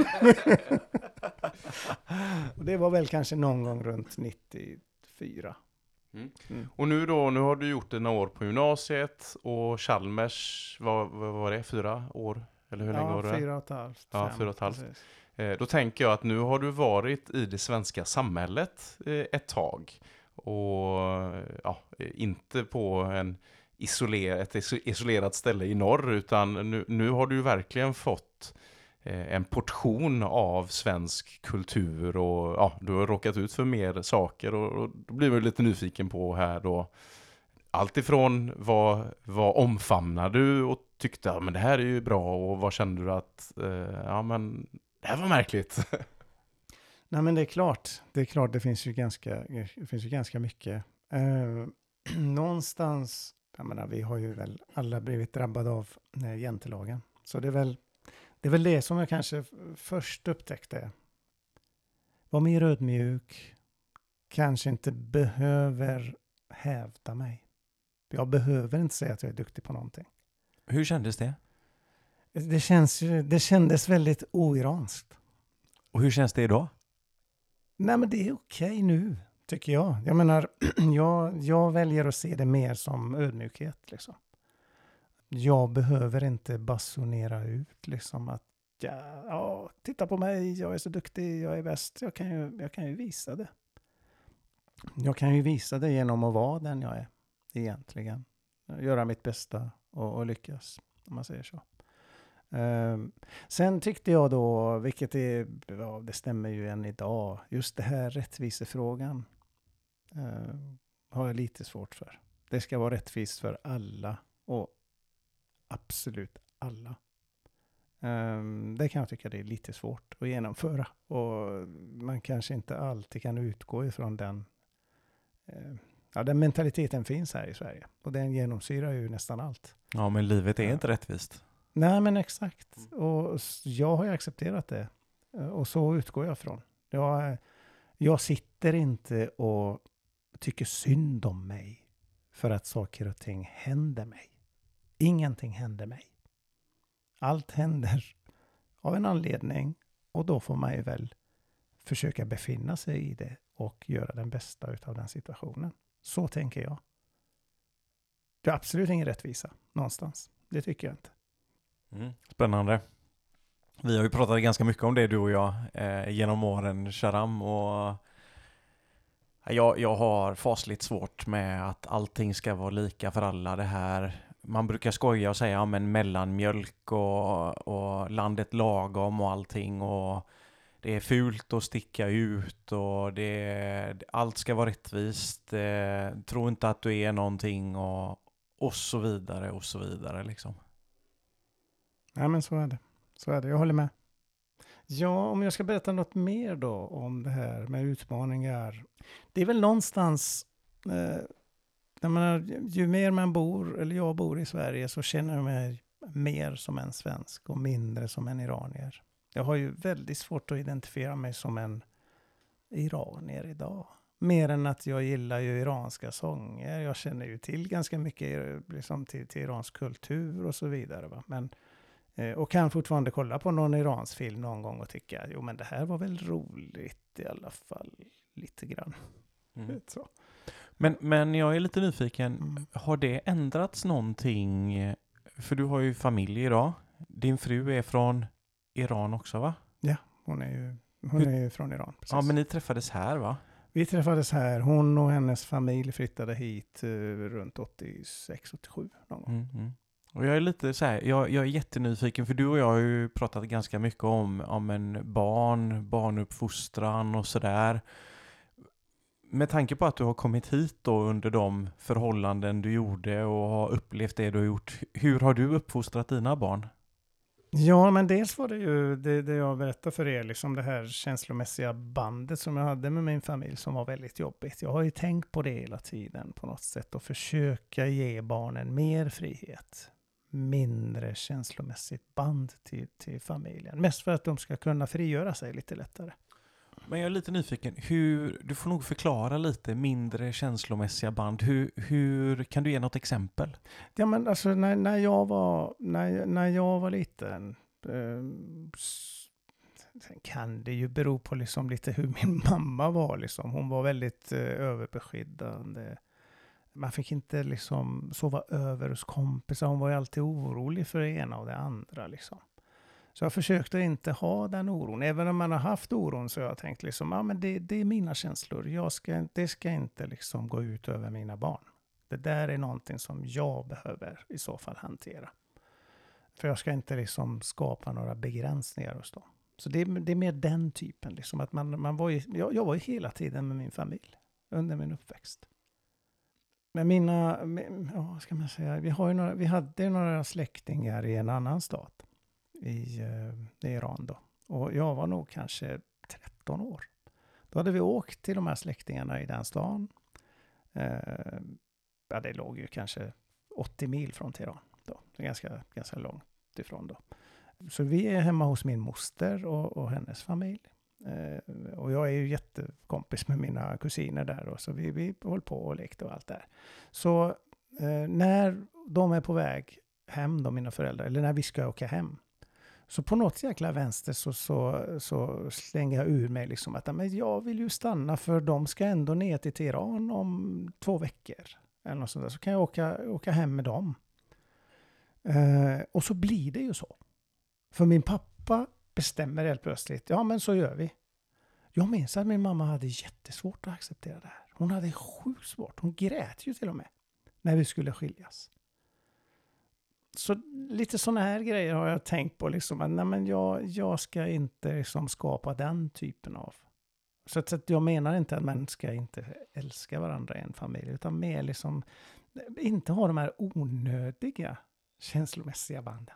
S2: Och det var väl kanske någon gång runt nittiofyra.
S4: Mm.
S2: Mm.
S4: Och nu då, nu har du gjort dina år på gymnasiet och Chalmers, vad, vad var det, fyra år? Eller hur länge
S2: Ja,
S4: var det?
S2: fyra och ett halvt.
S4: Ja,
S2: fem,
S4: fyra och ett halvt.
S2: precis.
S4: Eh, då tänker jag att nu har du varit i det svenska samhället eh, ett tag. Och ja, inte på en isoler, ett isolerat ställe i norr, utan nu, nu har du verkligen fått eh, en portion av svensk kultur och ja, du har råkat ut för mer saker och, och då blir man lite nyfiken på här då. Allt ifrån vad, vad omfamnar du och tyckte att ja, det här är ju bra och vad kände du att eh, ja men det här var märkligt.
S2: Nej, men det är klart. Det är klart, det finns ju ganska, det finns ju ganska mycket. Eh, någonstans, jag menar, vi har ju väl alla blivit drabbade av eh, jantelagen. Så det är väl det är väl det som jag kanske f- först upptäckte. Var mer ödmjuk. Kanske inte behöver hävda mig. Jag behöver inte säga att jag är duktig på någonting.
S1: Hur kändes det?
S2: Det, känns ju, det kändes väldigt oiranskt.
S1: Och hur känns det idag?
S2: Nej, men det är okej nu, tycker jag. Jag menar, jag, jag väljer att se det mer som ödmjukhet. Liksom. Jag behöver inte basunera ut liksom att ja, ja, titta på mig, jag är så duktig, jag är bäst. Jag kan ju, jag kan ju visa det. Jag kan ju visa det genom att vara den jag är egentligen. Göra mitt bästa och, och lyckas, om man säger så. Um, sen tyckte jag då, vilket är, ja, det stämmer ju än idag, just det här rättvisefrågan uh, har jag lite svårt för. Det ska vara rättvist för alla och absolut alla. Um, det kan jag tycka det är lite svårt att genomföra och man kanske inte alltid kan utgå ifrån den uh, ja, den mentaliteten finns här i Sverige och den genomsyrar ju nästan allt.
S1: Ja, men livet är
S2: Ja.
S1: inte rättvist.
S2: Nej, men exakt. Och s- jag har ju accepterat det. Eh, Och så utgår jag från. Jag, jag sitter inte och tycker synd om mig för att saker och ting händer mig. Ingenting händer mig. Allt händer av en anledning och då får man ju väl försöka befinna sig i det och göra den bästa utav den situationen. Så tänker jag. Det är absolut ingen rättvisa någonstans. Det tycker jag inte.
S1: Mm. Spännande. Vi har ju pratat ganska mycket om det, du och jag, eh, genom åren, Sharam, och jag, jag har fasligt svårt med att allting ska vara lika för alla. Det här, man brukar skoja och säga, ja, men mellanmjölk och, och landet lagom och allting, och det är fult att sticka ut och det, allt ska vara rättvist. Eh, tro inte att du är någonting och, och så vidare och så vidare liksom.
S2: Ja, men så är det. Så är det. Jag håller med. Ja, om jag ska berätta något mer då om det här med utmaningar. Det är väl någonstans, eh, jag menar, ju mer man bor, eller jag bor i Sverige, så känner jag mig mer som en svensk och mindre som en iranier. Jag har ju väldigt svårt att identifiera mig som en iranier idag. Mer än att jag gillar ju iranska sånger. Jag känner ju till ganska mycket liksom, till, till iransk kultur och så vidare. Va? Men och kan fortfarande kolla på någon iransk film någon gång och tycka, jo men det här var väl roligt i alla fall, lite grann.
S1: Mm.
S2: Så.
S1: Men, men jag är lite nyfiken,
S2: Mm.
S1: har det ändrats någonting? För du har ju familj idag. Din fru är från Iran också, va?
S2: Hon är ju, hon
S1: Hur-
S2: är ju från Iran. Precis.
S1: Ja, men ni träffades här, va?
S2: Vi träffades här, hon och hennes familj flyttade hit eh, runt åttiosex åttiosju någon gång.
S1: Mm, mm. Och jag är lite så här, jag, jag är jättenyfiken, för du och jag har ju pratat ganska mycket om, om en barn, barnuppfostran och sådär. Med tanke på att du har kommit hit då under de förhållanden du gjorde och har upplevt det du har gjort, hur har du uppfostrat dina barn?
S2: Ja, men dels var det ju det, det jag berättade för er, liksom det här känslomässiga bandet som jag hade med min familj som var väldigt jobbigt. Jag har ju tänkt på det hela tiden på något sätt och försöka ge barnen mer frihet. Mindre känslomässigt band till, till familjen. Mest för att de ska kunna frigöra sig lite lättare.
S1: Men jag är lite nyfiken, hur, du får nog förklara lite mindre känslomässiga band. Hur, hur kan du ge något exempel?
S2: Ja, men alltså när, när, jag, var, när, när jag var liten, eh, s- sen kan det ju bero på liksom lite hur min mamma var. Liksom. Hon var väldigt eh, överbeskyddande. Man fick inte liksom sova över hos kompisar. Hon var ju alltid orolig för det ena och det andra. Liksom. Så jag försökte inte ha den oron. Även om man har haft oron så har jag tänkt liksom, ja, men det, det är mina känslor. Jag ska, det ska inte liksom gå ut över mina barn. Det där är någonting som jag behöver i så fall hantera. För jag ska inte liksom skapa några begränsningar hos dem. Så det, det är mer den typen. Liksom, att man, man var ju, jag, jag var ju hela tiden med min familj under min uppväxt. Men mina, ja, vad ska man säga, vi, har ju några, vi hade några släktingar i en annan stat. I, eh, i Iran då. Och jag var nog kanske tretton år. Då hade vi åkt till de här släktingarna i den stan. Eh, ja, det låg ju kanske åttio mil från Teheran då. Det är ganska, ganska långt ifrån då. Så vi är hemma hos min moster och, och hennes familj. Eh, och jag är ju jättekompis med mina kusiner där. Och så vi, vi håller på och lekte och allt där. Så eh, när de är på väg hem då, mina föräldrar, eller när vi ska åka hem, så på något jäkla vänster så, så, så slänger jag ur mig liksom att men jag vill ju stanna för de ska ändå ner till Teheran om två veckor. Eller något sånt där. Så kan jag åka, åka hem med dem. Eh, och så blir det ju så. För min pappa bestämmer helt plötsligt, ja men så gör vi. Jag minns att min mamma hade jättesvårt att acceptera det här. Hon hade sjukt svårt. Hon grät ju till och med när vi skulle skiljas. Så lite sådana här grejer har jag tänkt på. Liksom, att, nej, men jag, jag ska inte liksom skapa den typen av. Så att, så att jag menar inte att man ska inte älska varandra i en familj. Utan mer liksom inte ha de här onödiga känslomässiga banden.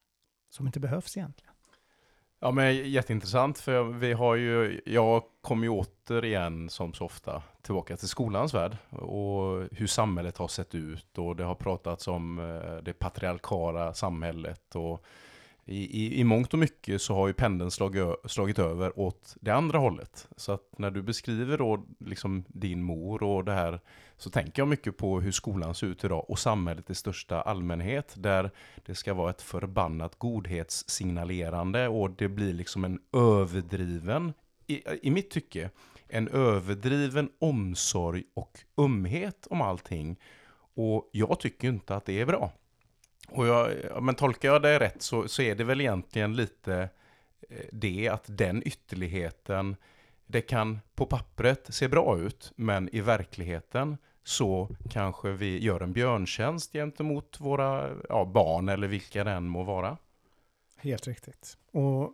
S2: Som inte behövs egentligen.
S4: Ja, men jätteintressant, för vi har ju, jag kommer ju återigen som så ofta tillbaka till skolans värld och hur samhället har sett ut, och det har pratats om det patriarkala samhället, och i, i, i mångt och mycket så har ju pendeln slagit, slagit över åt det andra hållet. Så att när du beskriver då liksom din mor och det här, så tänker jag mycket på hur skolan ser ut idag och samhället i största allmänhet, där det ska vara ett förbannat godhetssignalerande, och det blir liksom en överdriven, i, i mitt tycke, en överdriven omsorg och ömhet om allting. Och jag tycker inte att det är bra. Och jag, men tolkar jag det rätt så, så är det väl egentligen lite det, att den ytterligheten, det kan på pappret se bra ut, men i verkligheten så kanske vi gör en björntjänst gentemot våra ja, barn eller vilka den må vara.
S2: Helt riktigt. Och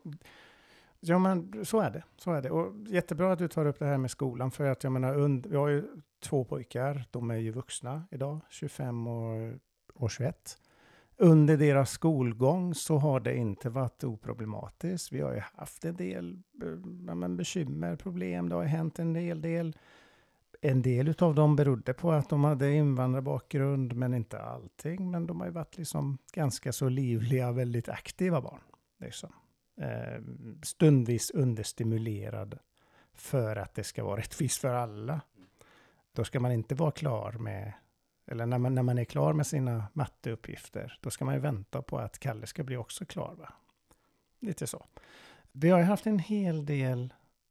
S2: ja, men så är det. Så är det. Och jättebra att du tar upp det här med skolan, för att jag menar, und- vi har ju två pojkar, de är ju vuxna idag, tjugofem och, och tjugoett. Under deras skolgång så har det inte varit oproblematiskt. Vi har ju haft en del ja, men bekymmer, problem. Det har hänt en hel del. En del av dem berodde på att de hade invandrarbakgrund, men inte allting. Men de har ju varit liksom ganska så livliga, väldigt aktiva barn. Liksom. Eh, stundvis understimulerad för att det ska vara rättvist för alla. Då ska man inte vara klar med, eller när man, när man är klar med sina matteuppgifter, då ska man ju vänta på att Kalle ska bli också klar. Va? Lite så. Vi har ju haft en hel del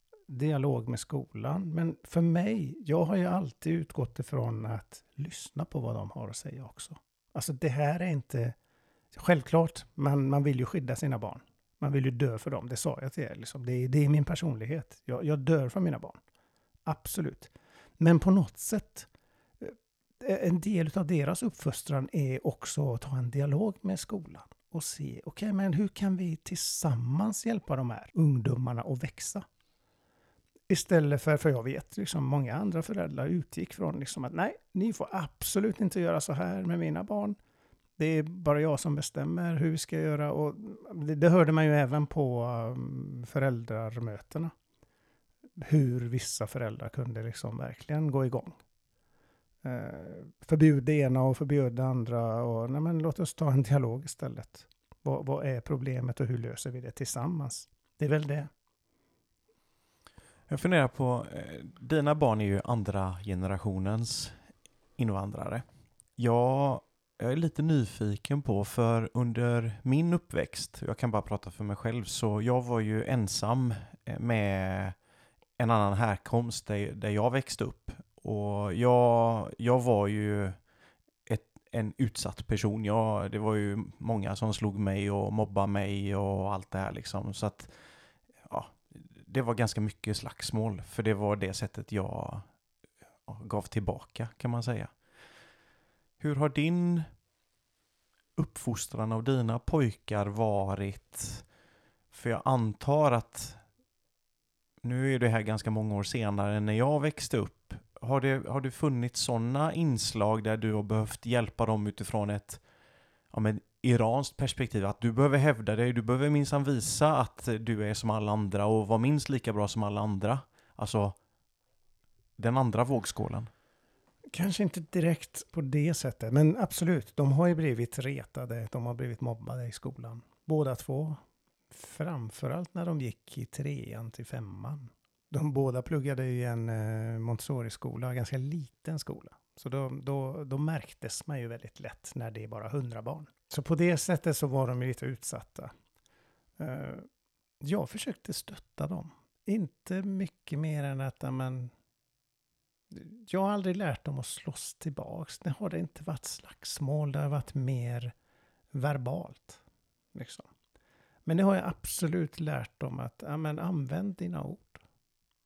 S2: dialog med skolan, men för mig, jag har ju alltid utgått ifrån att lyssna på vad de har att säga också. Alltså det här är inte, självklart, man, man vill ju skydda sina barn. Man vill ju dö för dem, det sa jag till er. Liksom. Det, är, det är min personlighet. Jag, jag dör för mina barn. Absolut. Men på något sätt, en del av deras uppfostran är också att ha en dialog med skolan. Och se, okej, okay, men hur kan vi tillsammans hjälpa de här ungdomarna att växa? Istället för, för jag vet, liksom, många andra föräldrar utgick från liksom att nej, ni får absolut inte göra så här med mina barn. Det är bara jag som bestämmer hur vi ska göra. Och det, det hörde man ju även på um, föräldramötena. Hur vissa föräldrar kunde liksom verkligen gå igång. Uh, förbjud det ena och förbjud det andra. Och, nej, men låt oss ta en dialog istället. Vad, vad är problemet och hur löser vi det tillsammans? Det är väl det.
S1: Jag funderar på, eh, dina barn är ju andra generationens invandrare. Jag, jag är lite nyfiken på, för under min uppväxt, jag kan bara prata för mig själv, så jag var ju ensam med en annan härkomst där, där jag växte upp. Och jag, jag var ju ett, en utsatt person. Jag, det var ju många som slog mig och mobbade mig och allt det här liksom. Så att, ja, det var ganska mycket slagsmål, för det var det sättet jag gav tillbaka, kan man säga. Hur har din uppfostran av dina pojkar varit? För jag antar att, nu är det här ganska många år senare, när jag växte upp, har det, har det funnits sådana inslag där du har behövt hjälpa dem utifrån ett ja, men, iranskt perspektiv, att du behöver hävda dig, du behöver minsann visa att du är som alla andra och vara minst lika bra som alla andra. Alltså den andra vågskålen.
S2: Kanske inte direkt på det sättet, men absolut, de har ju blivit retade, de har blivit mobbade i skolan. Båda två. Framförallt när de gick i trean till femman. De båda pluggade i en eh, Montessori-skola, en ganska liten skola. Så då, då, då märktes man ju väldigt lätt när det är bara hundra barn. Så på det sättet så var de lite utsatta. Uh, jag försökte stötta dem. Inte mycket mer än att men, jag har aldrig lärt dem att slåss tillbaks. Det har det inte varit slagsmål, det har varit mer verbalt. Liksom. Men det har jag absolut lärt dem att men, använd dina ord.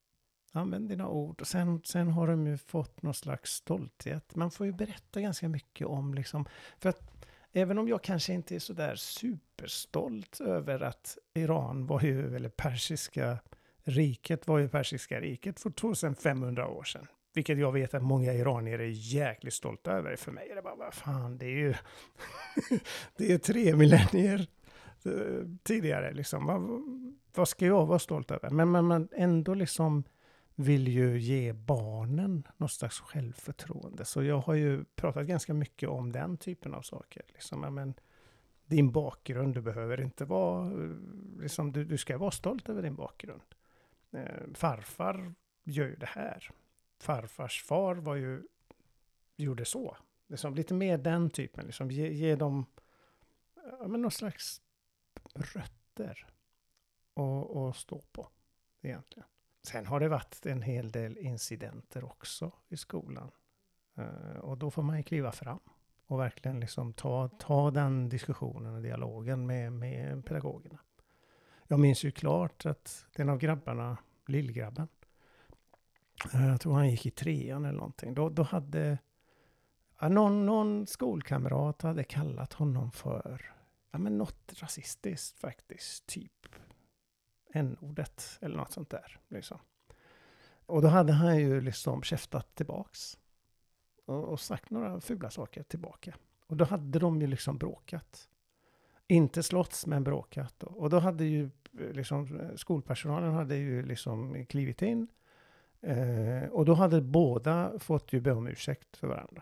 S2: Använd dina ord. Och sen, sen har de ju fått någon slags stolthet. Man får ju berätta ganska mycket om liksom, för att även om jag kanske inte är så där superstolt över att Iran var ju, eller persiska riket var ju persiska riket för tjugofemhundra år sedan. Vilket jag vet att många iranier är jäkligt stolta över. För mig är det bara, vad fan, det är ju det är tre millennier tidigare liksom. Vad, vad ska jag vara stolt över? Men man, man ändå liksom vill ju ge barnen något slags självförtroende. Så jag har ju pratat ganska mycket om den typen av saker. Liksom, ja, men, din bakgrund, du behöver inte vara, liksom, du, du ska vara stolt över din bakgrund. Eh, farfar gör ju det här. Farfars far var ju, gjorde så. Liksom, lite mer den typen. Liksom, ge, ge dem ja, men någon slags rötter och, och stå på egentligen. Sen har det varit en hel del incidenter också i skolan. Uh, och då får man ju kliva fram och verkligen liksom ta, ta den diskussionen och dialogen med, med pedagogerna. Jag minns ju klart att en av grabbarna, lillgrabben, uh, jag tror han gick i trean eller någonting. Då, då hade uh, någon, någon skolkamrat hade kallat honom för ja, men något rasistiskt faktiskt, typ n-ordet eller något sånt där. Liksom. Och då hade han ju liksom käftat tillbaks. Och, och sagt några fula saker tillbaka. Och då hade de ju liksom bråkat. Inte slåtts, men bråkat. Då. Och då hade ju liksom skolpersonalen hade ju liksom klivit in. Eh, och då hade båda fått ju be om ursäkt för varandra.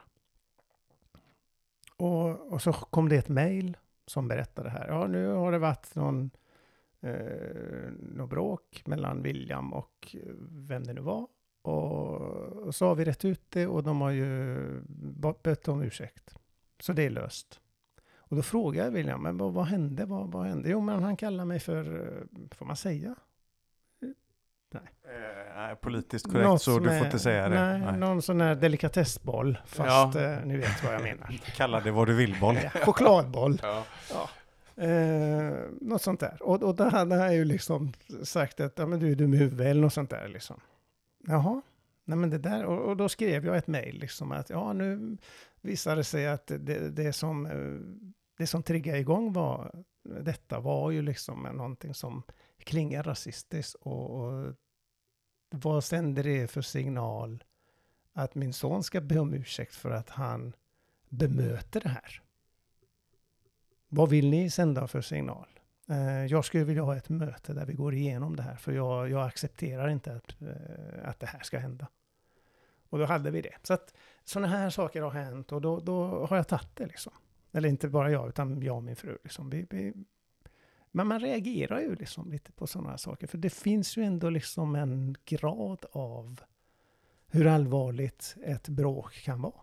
S2: Och, och så kom det ett mejl som berättade här. Ja, nu har det varit någon Eh, något bråk mellan William och vem det nu var. Och, och så har vi rätt ut det och de har ju bett om ursäkt. Så det är löst. Och då frågar jag William, men vad, vad hände? Vad, vad hände? Jo, men han kallar mig för, får man säga? Nej.
S1: Eh, politiskt korrekt något så du får inte säga det.
S2: Nej, nej. Någon sån här delikatessboll. Fast ja. eh, ni vet vad jag menar.
S1: Kalla det vad du vill boll.
S2: Ja, chokladboll.
S4: Ja.
S2: Ja. Eh, något sånt där. Och, och då hade han ju liksom sagt att ja, men du är dum i huvudet eller något sånt där liksom. Jaha, nej men det där. Och, och då skrev jag ett mejl liksom att ja, nu visade det sig att det, det som det som triggade igång var detta var ju liksom någonting som klingar rasistiskt och, och vad sänder det för signal att min son ska be om ursäkt för att han bemöter det här? Vad vill ni sända för signal? Eh, jag skulle vilja ha ett möte där vi går igenom det här. För jag, jag accepterar inte att, eh, att det här ska hända. Och då hade vi det. Så att sådana här saker har hänt. Och då, då har jag tagit det liksom. Eller inte bara jag, utan jag och min fru. Liksom. Vi, vi, men man reagerar ju liksom lite på sådana här saker. För det finns ju ändå liksom en grad av hur allvarligt ett bråk kan vara.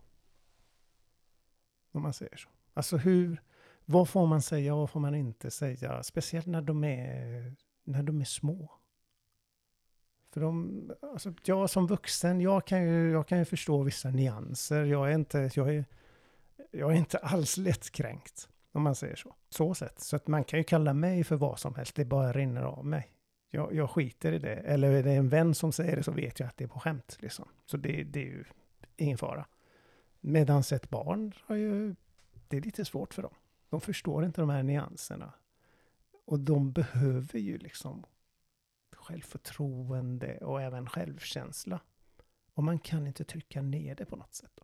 S2: Om man säger så. Alltså hur... Vad får man säga och vad får man inte säga? Speciellt när de är, när de är små. För de, alltså jag som vuxen, jag kan ju, jag kan ju förstå vissa nyanser. Jag är inte, jag är, jag är inte alls lättkränkt, om man säger så. Så sätt. Så att man kan ju kalla mig för vad som helst, det bara rinner av mig. Jag, jag skiter i det. Eller är det en vän som säger det så vet jag att det är på skämt. Liksom. Så det, det är ju ingen fara. Medan ett barn har ju, det är lite svårt för dem. De förstår inte de här nyanserna. Och de behöver ju liksom självförtroende och även självkänsla. Och man kan inte trycka ner det på något sätt. Då.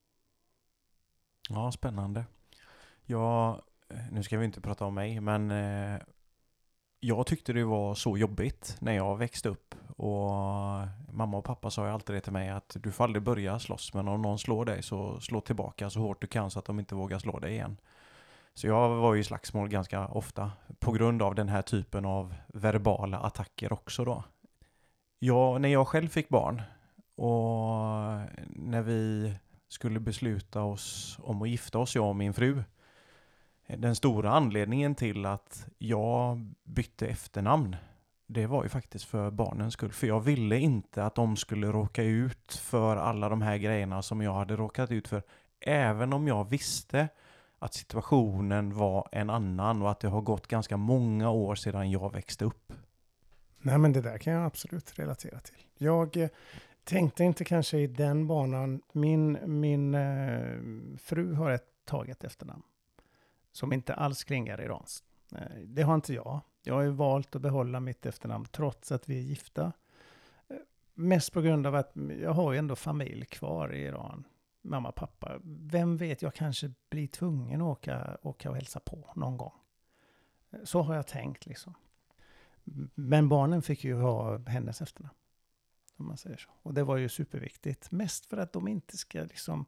S1: Ja, spännande. Ja, nu ska vi inte prata om mig, men eh, jag tyckte det var så jobbigt när jag växte upp. Och mamma och pappa sa ju alltid det till mig att du får aldrig börja slåss, men om någon slår dig så slå tillbaka så hårt du kan så att de inte vågar slå dig igen. Så jag var ju i slagsmål ganska ofta på grund av den här typen av verbala attacker också då. Jag, när jag själv fick barn och när vi skulle besluta oss om att gifta oss, jag och min fru. Den stora anledningen till att jag bytte efternamn, det var ju faktiskt för barnens skull. För jag ville inte att de skulle råka ut för alla de här grejerna som jag hade råkat ut för. Även om jag visste att situationen var en annan och att det har gått ganska många år sedan jag växte upp.
S2: Nej, men det där kan jag absolut relatera till. Jag eh, tänkte inte kanske i den banan. Min, min eh, fru har ett taget efternamn som inte alls klingar iranskt. Eh, det har inte jag. Jag har ju valt att behålla mitt efternamn trots att vi är gifta. Eh, mest på grund av att jag har ju ändå familj kvar i Iran. Mamma, pappa. Vem vet, jag kanske blir tvungen att åka, åka och hälsa på någon gång. Så har jag tänkt liksom. Men barnen fick ju ha hennes efternamn. Om man säger så. Och det var ju superviktigt. Mest för att de inte ska liksom...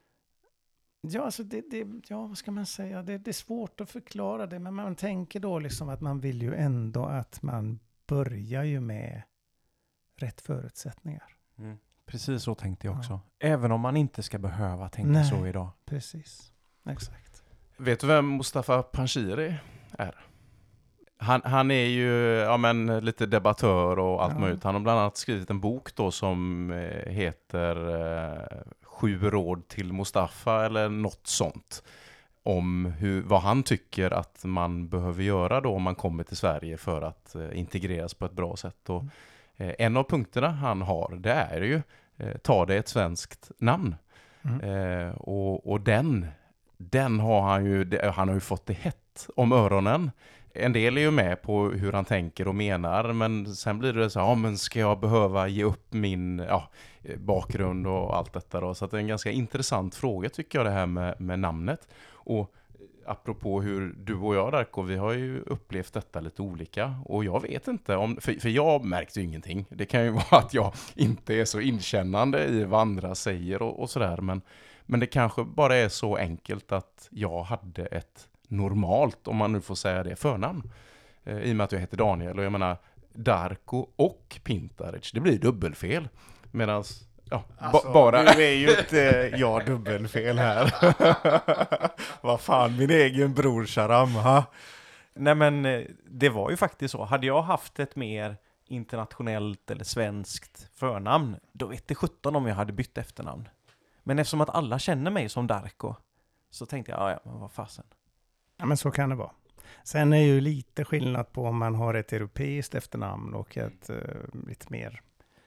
S2: Ja, alltså det, det, ja vad ska man säga? Det, det är svårt att förklara det. Men man tänker då liksom att man vill ju ändå att man börjar ju med rätt förutsättningar.
S1: Mm. Precis så tänkte jag också.
S2: Ja.
S1: Även om man inte ska behöva tänka
S2: Nej.
S1: så idag.
S2: Precis. Exakt.
S4: Vet du vem Mustafa Panshiri är? Han, han är ju ja, men, lite debattör och allt
S2: Ja.
S4: möjligt. Han har bland annat skrivit en bok då som eh, heter eh, Sju råd till Mustafa eller något sånt. Om hur, vad han tycker att man behöver göra då om man kommer till Sverige för att eh, integreras på ett bra sätt. Och, eh, en av punkterna han har, det är ju eh, ta det ett svenskt namn.
S2: Mm.
S4: Eh, och, och den, den har han ju, han har ju fått det hett om öronen. En del är ju med på hur han tänker och menar, men sen blir det så här, ja men ska jag behöva ge upp min ja, bakgrund och allt detta då? Så att det är en ganska intressant fråga tycker jag det här med, med namnet. Och apropå hur du och jag Darko, vi har ju upplevt detta lite olika och jag vet inte om, för, för jag märkte ju ingenting. Det kan ju vara att jag inte är så inkännande i vad andra säger och, och sådär, men, men det kanske bara är så enkelt att jag hade ett normalt, om man nu får säga det, förnamn. Eh, I och med att jag heter Daniel och jag menar Darko och Pintaric, det blir dubbelfel. Medan ja,
S1: Alltså,
S4: ba- bara...
S1: Nu är ju inte jag dubbelfel här. Vad fan, min egen bror Sharam, ha? Nej men eh, det var ju faktiskt så. Hade jag haft ett mer internationellt eller svenskt förnamn, då vet det sjutton om jag hade bytt efternamn. Men eftersom att alla känner mig som Darko, så tänkte jag, ja, ja men vad fasen.
S2: Ja, men så kan det vara. Sen är ju lite skillnad på om man har ett europeiskt efternamn och ett uh, lite mer...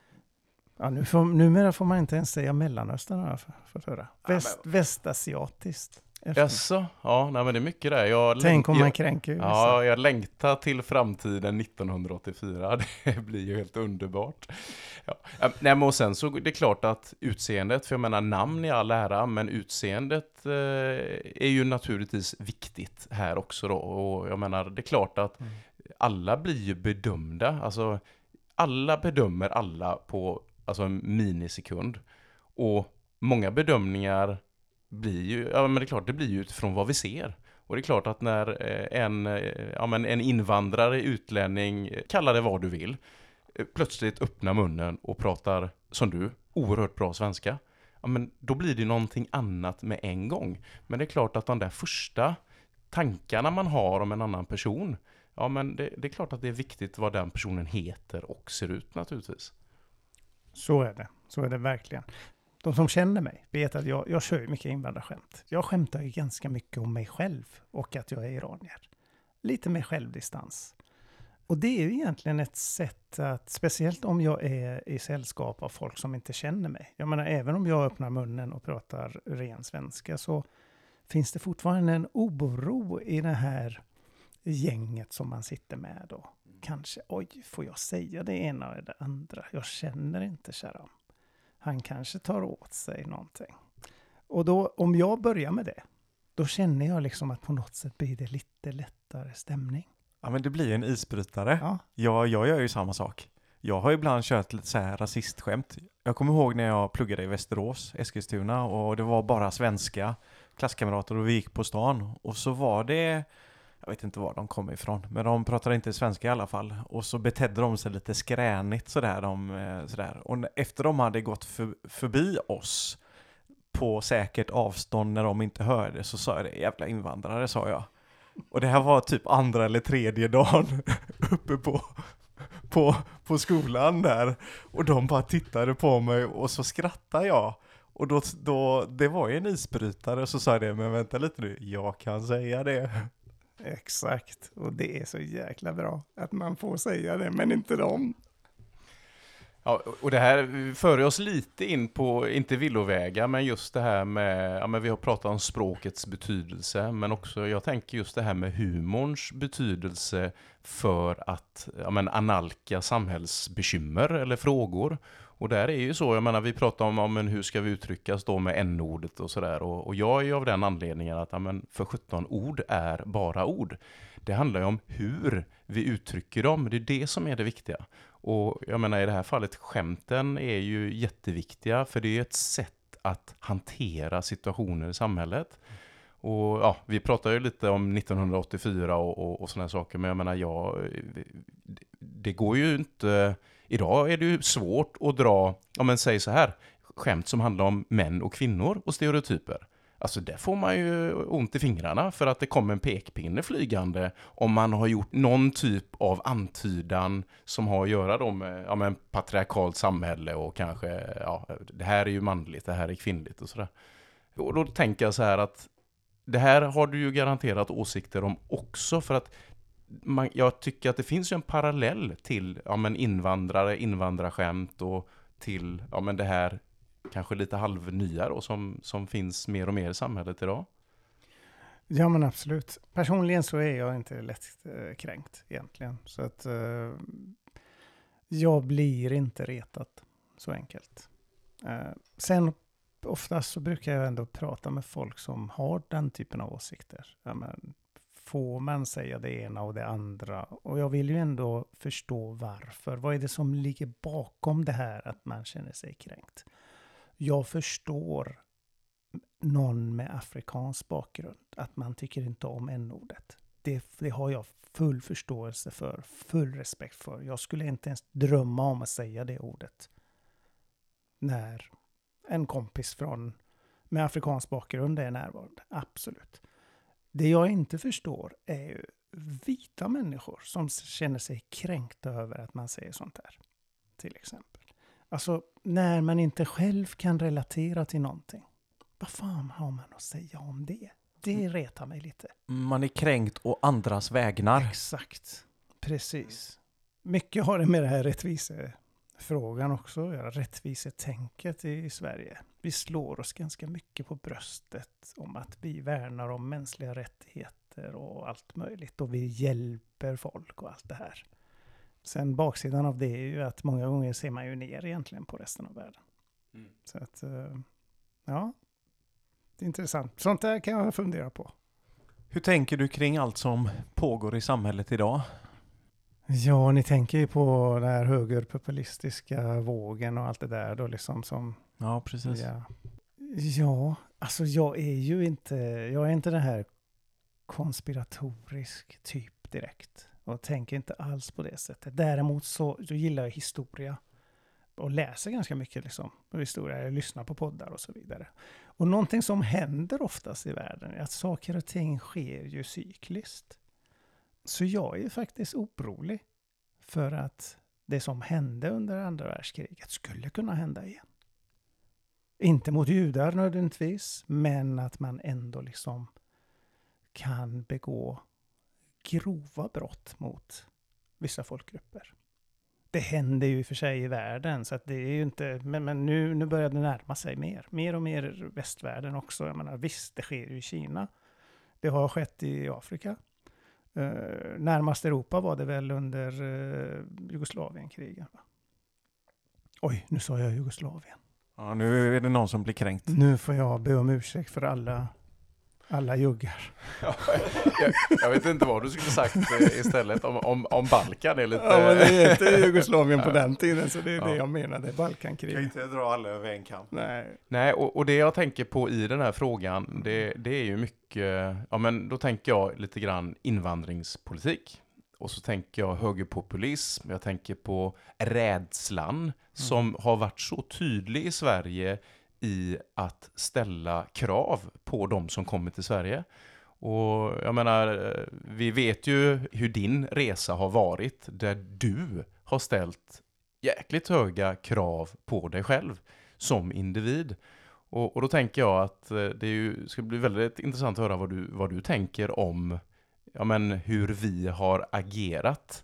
S2: Ja, nu får, numera får man inte ens säga Mellanöstern, har jag fått höra. Väst,
S4: men...
S2: Västasiatiskt.
S4: Jaså? Ja, nej, men det är mycket där. Jag
S2: Tänk om
S4: läng-
S2: man kränker ju.
S4: Ja, jag längtar till framtiden nittonhundraåttiofyra. Det blir ju helt underbart. Ja. Nej, men och sen så det är klart att utseendet, för jag menar namn i all ära, men utseendet eh, är ju naturligtvis viktigt här också då. Och jag menar, det är klart att
S2: Mm.
S4: alla blir ju bedömda. Alltså, alla bedömer alla på alltså, en minisekund. Och många bedömningar blir ju, ja men det är klart, det blir ju utifrån vad vi ser. Och det är klart att när en, ja, men en invandrare, utlänning, kalla det vad du vill, plötsligt öppnar munnen och pratar som du, oerhört bra svenska, ja men då blir det någonting annat med en gång. Men det är klart att de där första tankarna man har om en annan person, ja men det, det är klart att det är viktigt vad den personen heter och ser ut naturligtvis.
S2: Så är det. Så är det verkligen. De som känner mig vet att jag, jag kör mycket invandrarskämt. Jag skämtar ju ganska mycket om mig själv och att jag är iranier. Lite med självdistans. Och det är ju egentligen ett sätt att, speciellt om jag är i sällskap av folk som inte känner mig. Jag menar, även om jag öppnar munnen och pratar ren svenska så finns det fortfarande en oro i det här gänget som man sitter med då. Kanske, oj, får jag säga det ena eller det andra? Jag känner inte Sharam. Han kanske tar åt sig någonting. Och då, om jag börjar med det, då känner jag liksom att på något sätt blir det lite lättare stämning.
S1: Ja men det blir en isbrytare.
S2: Ja.
S1: Jag, jag gör ju samma sak. Jag har ibland kört lite så här rasistskämt. Jag kommer ihåg när jag pluggade i Västerås, Eskilstuna, och det var bara svenska klasskamrater och vi gick på stan. Och så var det, jag vet inte var de kom ifrån, men de pratade inte svenska i alla fall. Och så betedde de sig lite skränigt sådär. De, sådär. Och efter de hade gått för, förbi oss på säkert avstånd när de inte hörde, så sa jag det, jävla invandrare, sa jag. Och det här var typ andra eller tredje dagen uppe på, på, på skolan där. Och de bara tittade på mig och så skrattade jag. Och då, då det var ju en isbrytare, så sa jag det, men vänta lite nu, jag kan säga det.
S2: Exakt, och det är så jäkla bra att man får säga det, men inte dem.
S4: Ja, och det här för oss lite in på, inte villovägar, men just det här med, ja men vi har pratat om språkets betydelse, men också, jag tänker just det här med humorns betydelse för att, ja men analka samhällsbekymmer eller frågor. Och där är ju så, jag menar vi pratar om, om men hur ska vi uttryckas då med n-ordet och sådär. Och, och jag är ju av den anledningen att, ja men för sjutton ord är bara ord. Det handlar ju om hur vi uttrycker dem, det är det som är det viktiga. Och jag menar i det här fallet, skämten är ju jätteviktiga för det är ett sätt att hantera situationer i samhället. Och ja, vi pratar ju lite om nittonhundraåttiofyra och, och, och sådana saker, men jag menar, ja, det går ju inte, idag är det ju svårt att dra, om man säger så här, skämt som handlar om män och kvinnor och stereotyper. Alltså där får man ju ont i fingrarna för att det kommer en pekpinne flygande om man har gjort någon typ av antydan som har att göra då med, ja, med en patriarkalt samhälle och kanske, ja, det här är ju manligt, det här är kvinnligt och sådär. Och då tänker jag så här att det här har du ju garanterat åsikter om också, för att man, jag tycker att det finns ju en parallell till, ja, men invandrare, invandrarskämt och till, ja, men det här kanske lite halvnya då, som, som finns mer och mer i samhället idag.
S2: Ja, men absolut. Personligen så är jag inte lätt eh, kränkt egentligen. Så att eh, jag blir inte retat så enkelt. Eh, sen oftast så brukar jag ändå prata med folk som har den typen av åsikter. Ja, men, får man säga det ena och det andra? Och jag vill ju ändå förstå varför. Vad är det som ligger bakom det här att man känner sig kränkt? Jag förstår någon med afrikansk bakgrund att man tycker inte om n-ordet. Det, det har jag full förståelse för, full respekt för. Jag skulle inte ens drömma om att säga det ordet när en kompis från med afrikansk bakgrund är närvarande. Absolut. Det jag inte förstår är ju vita människor som känner sig kränkta över att man säger sånt här. Till exempel. Alltså, när man inte själv kan relatera till någonting. Vad fan har man att säga om det? Det retar mig lite.
S1: Man är kränkt å andras vägnar.
S2: Exakt. Precis. Mycket har det med det här rättvisefrågan också att göra. Rättvisetänket i Sverige. Vi slår oss ganska mycket på bröstet om att vi värnar om mänskliga rättigheter och allt möjligt. Och vi hjälper folk och allt det här. Sen baksidan av det är ju att många gånger ser man ju ner egentligen på resten av världen. Mm. Så att, ja, det är intressant. Sånt där kan jag fundera på.
S1: Hur tänker du kring allt som pågår i samhället idag?
S2: Ja, ni tänker ju på den här högerpopulistiska vågen och allt det där då liksom som...
S1: Ja, precis.
S2: Ja, ja alltså jag är ju inte, jag är inte den här konspiratorisk typ direkt. Och tänker inte alls på det sättet. Däremot så, så gillar jag historia. Och läser ganska mycket liksom, på historia. Jag lyssnar på poddar och så vidare. Och någonting som händer oftast i världen är att saker och ting sker ju cykliskt. Så jag är faktiskt orolig för att det som hände under andra världskriget skulle kunna hända igen. Inte mot judar nödvändigtvis. Men att man ändå liksom kan begå grova brott mot vissa folkgrupper. Det händer ju för sig i världen så att det är ju inte, men, men nu, nu börjar det närma sig mer. Mer och mer västvärlden också. Jag menar, visst, det sker ju i Kina. Det har skett i Afrika. Uh, närmast Europa var det väl under uh, Jugoslavienkrigen. Va? Oj, nu sa jag Jugoslavien.
S1: Ja, nu är det någon som blir kränkt.
S2: Nu får jag be om ursäkt för alla Alla juggar.
S4: Ja, jag, jag vet inte vad du skulle sagt istället om, om, om Balkan är lite...
S2: Ja, men det är inte Jugoslavien på den tiden, så det är
S4: ja.
S2: det jag menade. Balkankrig.
S1: Kan inte dra alla över en kamp.
S2: Nej.
S4: Nej, och, och det jag tänker på i den här frågan, det, det är ju mycket... Ja, men då tänker jag lite grann invandringspolitik. Och så tänker jag högerpopulism. Jag tänker på rädslan mm. som har varit så tydlig i Sverige i att ställa krav på de som kommer till Sverige. Och jag menar, vi vet ju hur din resa har varit, där du har ställt jäkligt höga krav på dig själv som individ. Och, och då tänker jag att det är ju, ska bli väldigt intressant att höra vad du, vad du tänker om, ja men, hur vi har agerat.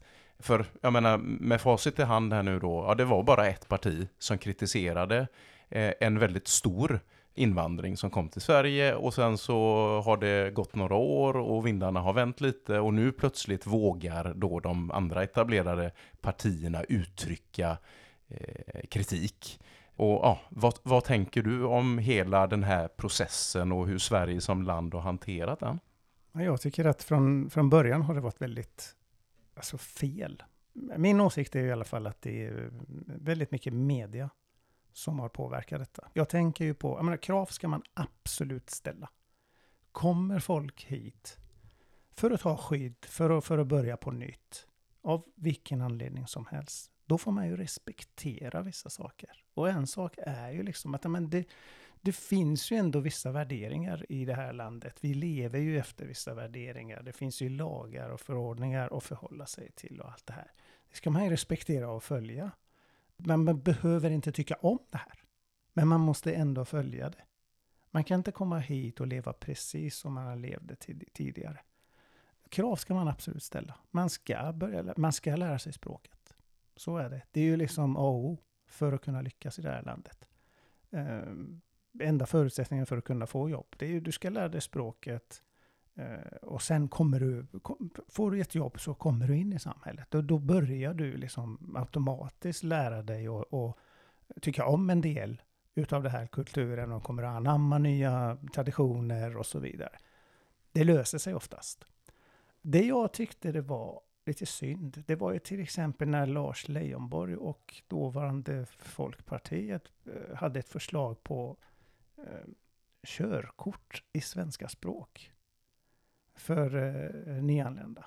S4: För jag menar, med facit i hand här nu då, ja det var bara ett parti som kritiserade eh, en väldigt stor invandring som kom till Sverige, och sen så har det gått några år och vindarna har vänt lite, och nu plötsligt vågar då de andra etablerade partierna uttrycka eh, kritik. Och ja, vad, vad tänker du om hela den här processen och hur Sverige som land har hanterat den?
S2: Jag tycker att från, från början har det varit väldigt alltså fel. Min åsikt är i alla fall att det är väldigt mycket media som har påverkat detta. Jag tänker ju på, jag menar, krav ska man absolut ställa. Kommer folk hit för att ha skydd, för att, för att börja på nytt, av vilken anledning som helst, då får man ju respektera vissa saker. Och en sak är ju liksom att men det, det finns ju ändå vissa värderingar i det här landet. Vi lever ju efter vissa värderingar. Det finns ju lagar och förordningar att förhålla sig till och allt det här. Det ska man ju respektera och följa. Men man behöver inte tycka om det här. Men man måste ändå följa det. Man kan inte komma hit och leva precis som man levde tid- tidigare. Krav ska man absolut ställa. Man ska, börja, man ska lära sig språket. Så är det. Det är ju liksom A och O för att kunna lyckas i det här landet. Um, enda förutsättningen för att kunna få jobb, det är ju du ska lära dig språket uh, och sen kommer du, kom, får du ett jobb så kommer du in i samhället. Och då börjar du liksom automatiskt lära dig och, och tycka om en del utav det här kulturen och kommer att anamma nya traditioner och så vidare. Det löser sig oftast. Det jag tyckte det var lite synd, det var ju till exempel när Lars Leijonborg och dåvarande Folkpartiet eh, hade ett förslag på eh, körkort i svenska språk för eh, nyanlända.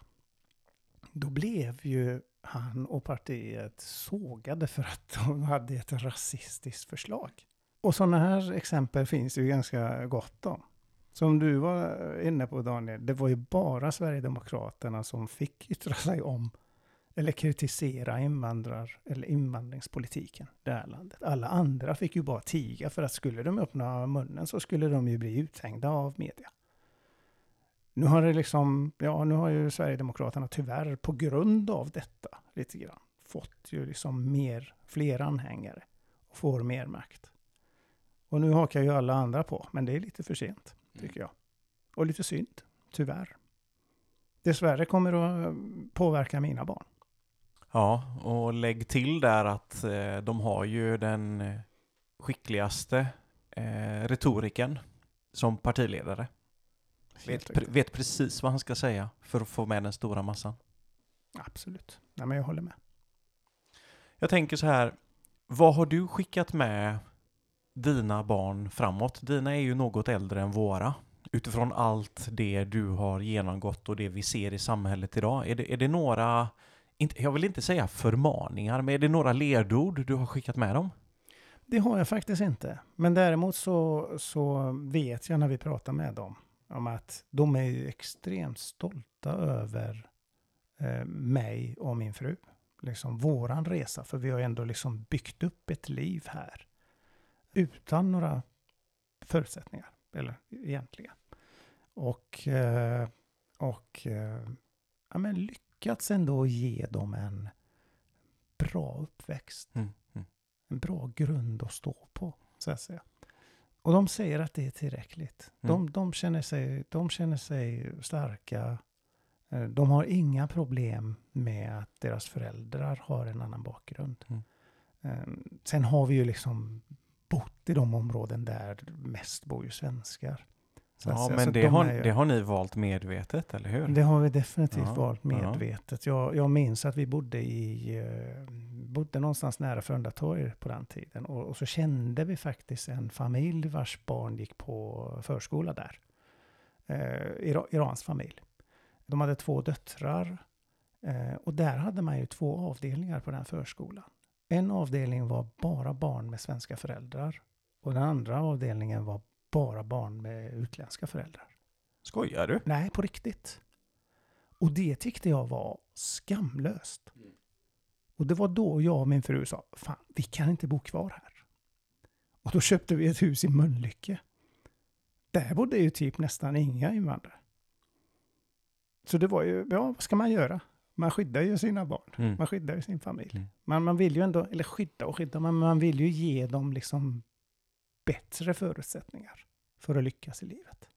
S2: Då blev ju han och partiet sågade för att de hade ett rasistiskt förslag. Och sådana här exempel finns ju ganska gott om. Som du var inne på, Daniel, det var ju bara Sverigedemokraterna som fick yttra sig om eller kritisera invandrar eller invandringspolitiken i det här landet. Alla andra fick ju bara tiga, för att skulle de öppna munnen så skulle de ju bli uthängda av media. Nu har det liksom, ja nu har ju Sverigedemokraterna tyvärr på grund av detta lite grann fått ju liksom mer, fler anhängare och får mer makt. Och nu hakar ju alla andra på, men det är lite för sent, tycker jag. Och lite synd, tyvärr. Dessvärre kommer det att påverka mina barn.
S1: Ja, och lägg till där att eh, de har ju den eh, skickligaste eh, retoriken som partiledare. Vet, pre- vet precis vad han ska säga för att få med den stora massan.
S2: Absolut. Nej, men jag håller med.
S1: Jag tänker så här, vad har du skickat med dina barn framåt? Dina är ju något äldre än våra. Utifrån allt det du har genomgått och det vi ser i samhället idag. Är det, är det några, inte, jag vill inte säga förmaningar, men är det några ledord du har skickat med dem?
S2: Det har jag faktiskt inte. Men däremot så, så vet jag när vi pratar med dem om att de är ju extremt stolta över eh, mig och min fru. Liksom våran resa, för vi har ändå liksom byggt upp ett liv här utan några förutsättningar, eller egentligen. Och, eh, och eh, ja, men lyckats ändå ge dem en bra uppväxt.
S1: Mm, mm.
S2: En bra grund att stå på, så att säga. Och de säger att det är tillräckligt.
S1: Mm.
S2: De, de, känner sig, de känner sig starka. De har inga problem med att deras föräldrar har en annan bakgrund. Mm. Sen har vi ju liksom bott i de områden där mest bor ju svenskar. Så
S1: ja,
S2: säga.
S1: men
S2: så
S1: det
S2: de
S1: har,
S2: ju,
S1: det har ni valt medvetet, eller hur?
S2: Det har vi definitivt
S1: ja,
S2: valt medvetet. Ja. Jag, jag minns att vi bodde i bodde någonstans nära Frölundatorg på den tiden. Och, och så kände vi faktiskt en familj vars barn gick på förskola där. Eh, Ira, Irans familj. De hade två döttrar. Eh, och där hade man ju två avdelningar på den förskolan. En avdelning var bara barn med svenska föräldrar. Och den andra avdelningen var bara barn med utländska föräldrar.
S1: Skojar du?
S2: Nej, på riktigt. Och det tyckte jag var skamlöst. Mm. Och det var då jag och min fru sa, fan, vi kan inte bo kvar här. Och då köpte vi ett hus i Mölnlycke. Där bodde ju typ nästan inga invandrare. Så det var ju, ja, vad ska man göra? man skyddar ju sina barn.
S1: Mm.
S2: Man skyddar ju sin familj.
S1: Mm.
S2: Man, man vill ju ändå, eller skydda och skydda, men man vill ju ge dem liksom bättre förutsättningar för att lyckas i livet.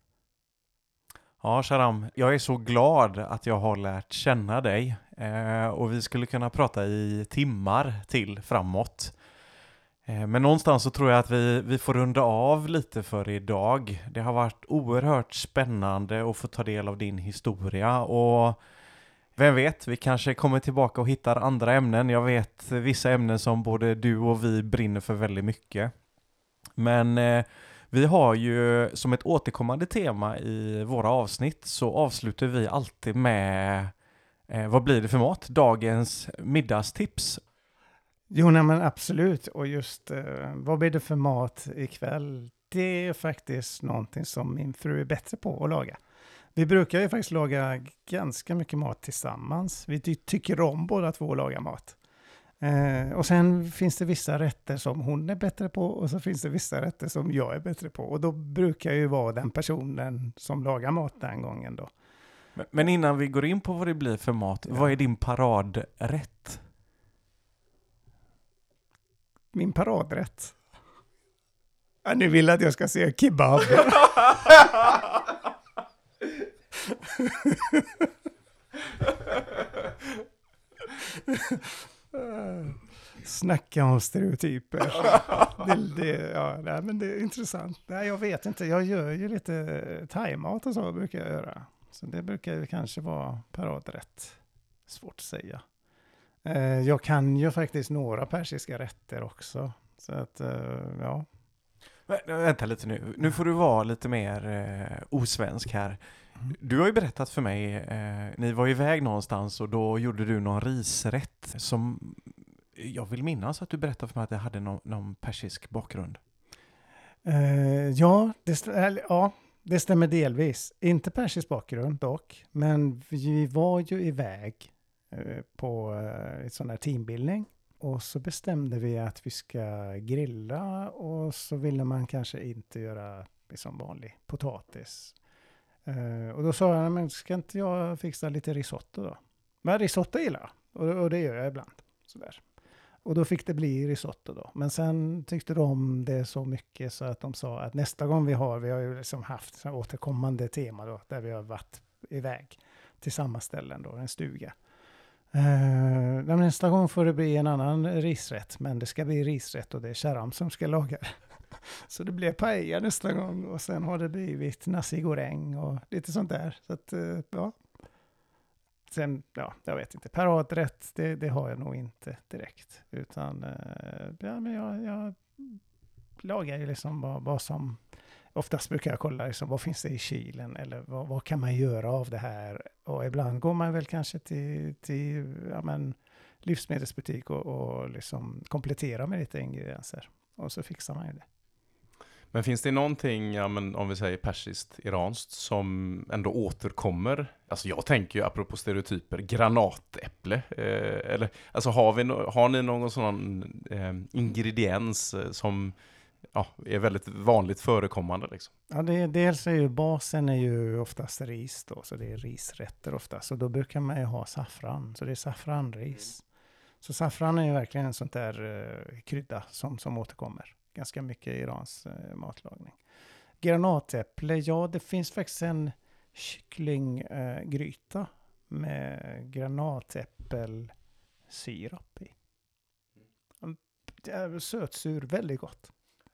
S1: Ja, Sharam, jag är så glad att jag har lärt känna dig. Eh, och vi skulle kunna prata i timmar till framåt. Eh, men någonstans så tror jag att vi, vi får runda av lite för idag. Det har varit oerhört spännande att få ta del av din historia. Och vem vet, vi kanske kommer tillbaka och hittar andra ämnen. Jag vet vissa ämnen som både du och vi brinner för väldigt mycket. Men eh, vi har ju som ett återkommande tema i våra avsnitt så avslutar vi alltid med eh, vad blir det för mat? Dagens middagstips.
S2: Jo, nej, men absolut. Och just eh, vad blir det för mat ikväll? Det är faktiskt någonting som min fru är bättre på att laga. Vi brukar ju faktiskt laga ganska mycket mat tillsammans. Vi ty- tycker om båda två att laga mat. Eh, och sen finns det vissa rätter som hon är bättre på och så finns det vissa rätter som jag är bättre på. Och då brukar jag ju vara den personen som lagar mat den gången då.
S1: Men, men innan vi går in på vad det blir för mat,
S2: Ja.
S1: vad är din paradrätt?
S2: Min paradrätt. Ja, nu vill att jag ska säga kebab. Snacka om stereotyper. det, det, ja, nej, men det är intressant. Nej, jag vet inte. Jag gör ju lite thaimat och så brukar jag göra. Så det brukar ju kanske vara paradrätt. Svårt att säga. Eh, jag kan ju faktiskt några persiska rätter också. Så att, eh, ja.
S1: Men, vänta lite nu. Nu får du vara lite mer eh, osvensk här. Du har ju berättat för mig, eh, ni var iväg någonstans och då gjorde du någon risrätt som jag vill minnas att du berättade för mig att det hade någon, någon persisk bakgrund.
S2: Eh, ja, det st- eller, ja, det stämmer delvis. Inte persisk bakgrund dock, men vi var ju iväg eh, på eh, ett sån här teambildning och så bestämde vi att vi ska grilla och så ville man kanske inte göra liksom vanlig potatis. Uh, och då sa jag, men ska inte jag fixa lite risotto då? Men risotto gillar jag. Och, och det gör jag ibland. Sådär. Och då fick det bli risotto då. Men sen tyckte de det så mycket så att de sa att nästa gång vi har, vi har ju liksom haft så återkommande tema då, där vi har varit iväg till samma ställen då, en stuga. Uh, nästa gång får det bli en annan risrätt, men det ska bli risrätt och det är Sharam som ska laga det. Så det blev paella nästa gång och sen har det blivit nasi goreng och lite sånt där. Så att, ja. Sen, ja, jag vet inte. Paradrätt, det, det har jag nog inte direkt. Utan, ja, men jag, jag lagar ju liksom vad, vad som... Oftast brukar jag kolla liksom, vad finns det i kylen eller vad, vad kan man göra av det här. Och ibland går man väl kanske till, till ja, men, livsmedelsbutik och, och liksom kompletterar med lite ingredienser. Och så fixar man ju det.
S4: Men finns det någonting, ja, men om vi säger persiskt, iranskt, som ändå återkommer? Alltså jag tänker ju, apropå stereotyper, granatäpple. Eh, eller, alltså har, vi no- har ni någon sån eh, ingrediens eh, som ja, är väldigt vanligt förekommande? Liksom?
S2: Ja, det är, dels är ju basen är ju oftast ris då, så det är risrätter oftast. Och då brukar man ju ha saffran, så det är saffranris. Så saffran är ju verkligen en sånt där eh, krydda som, som återkommer. Ganska mycket i Irans eh, matlagning. Granatäpple, ja det finns faktiskt en kycklinggryta eh, med granatäppelsirap i. Det är sötsur, väldigt gott.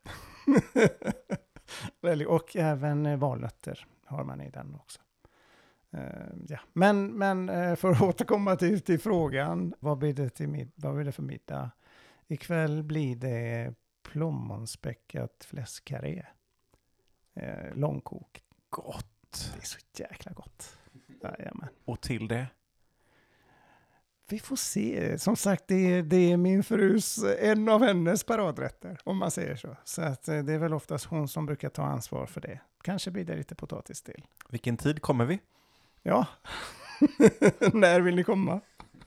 S2: Och även valnötter har man i den också. Uh, ja. Men, men uh, för att återkomma till, till frågan, vad blir det, till mid- vad blir det för middag? Ikväll blir det plommonspäckat fläskkarré. Uh, långkok.
S1: Gott.
S2: Det är så jäkla gott. Jajamän.
S1: Och till det?
S2: Vi får se. Som sagt, det är, det är min frus, en av hennes paradrätter, om man säger så. Så att det är väl oftast hon som brukar ta ansvar för det. Kanske blir det lite potatis till.
S1: Vilken tid kommer vi?
S2: Ja. När vill ni komma?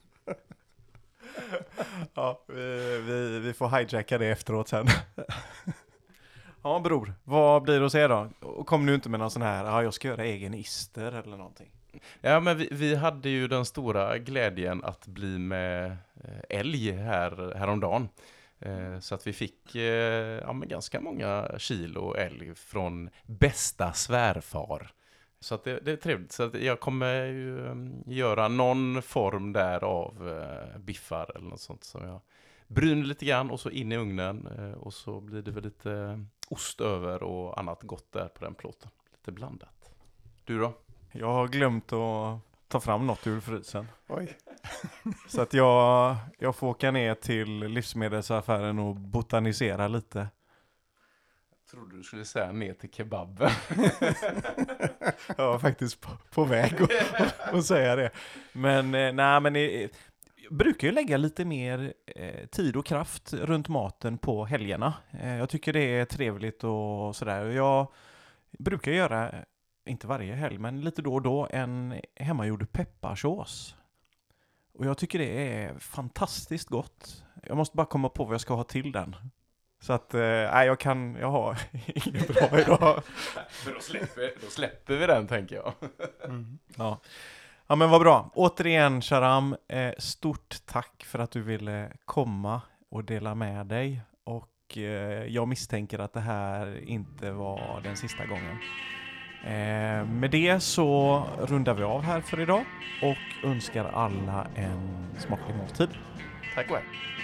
S1: Ja, vi, vi, vi får hijacka det efteråt sen. Ja, bror. Vad blir det att se då? Och kom nu inte med någon sån här, ja, jag ska göra egen ister eller någonting.
S4: Ja, men vi, vi hade ju den stora glädjen att bli med älg här, häromdagen. Eh, så att vi fick eh, ja, men ganska många kilo älg från bästa svärfar. Så att det, det är trevligt. Så att jag kommer ju um, göra någon form där av uh, biffar eller något sånt som jag bryner lite grann och så in i ugnen. Uh, och så blir det väl lite uh, ost över och annat gott där på den plåten. Lite blandat. Du då?
S1: Jag har glömt att ta fram något ur frysen.
S2: Oj.
S1: Så att jag, jag får åka ner till livsmedelsaffären och botanisera lite.
S4: Jag trodde du skulle säga ner till kebaben.
S1: Jag var faktiskt på, på väg att, att säga det. Men eh, nej, men eh, jag brukar ju lägga lite mer eh, tid och kraft runt maten på helgerna. Eh, jag tycker det är trevligt och sådär. Jag brukar göra, inte varje helg, men lite då och då, en hemmagjord pepparsås. Och jag tycker det är fantastiskt gott. Jag måste bara komma på vad jag ska ha till den. Så att, nej, eh, jag kan, jag har inget bra idag.
S4: För då släpper, då släpper vi den, tänker jag.
S2: Mm.
S1: Ja. Ja, men vad bra. Återigen, Sharam, eh, stort tack för att du ville komma och dela med dig. Och eh, jag misstänker att det här inte var den sista gången. Eh, med det så rundar vi av här för idag och önskar alla en smaklig måltid.
S4: Tack och hej.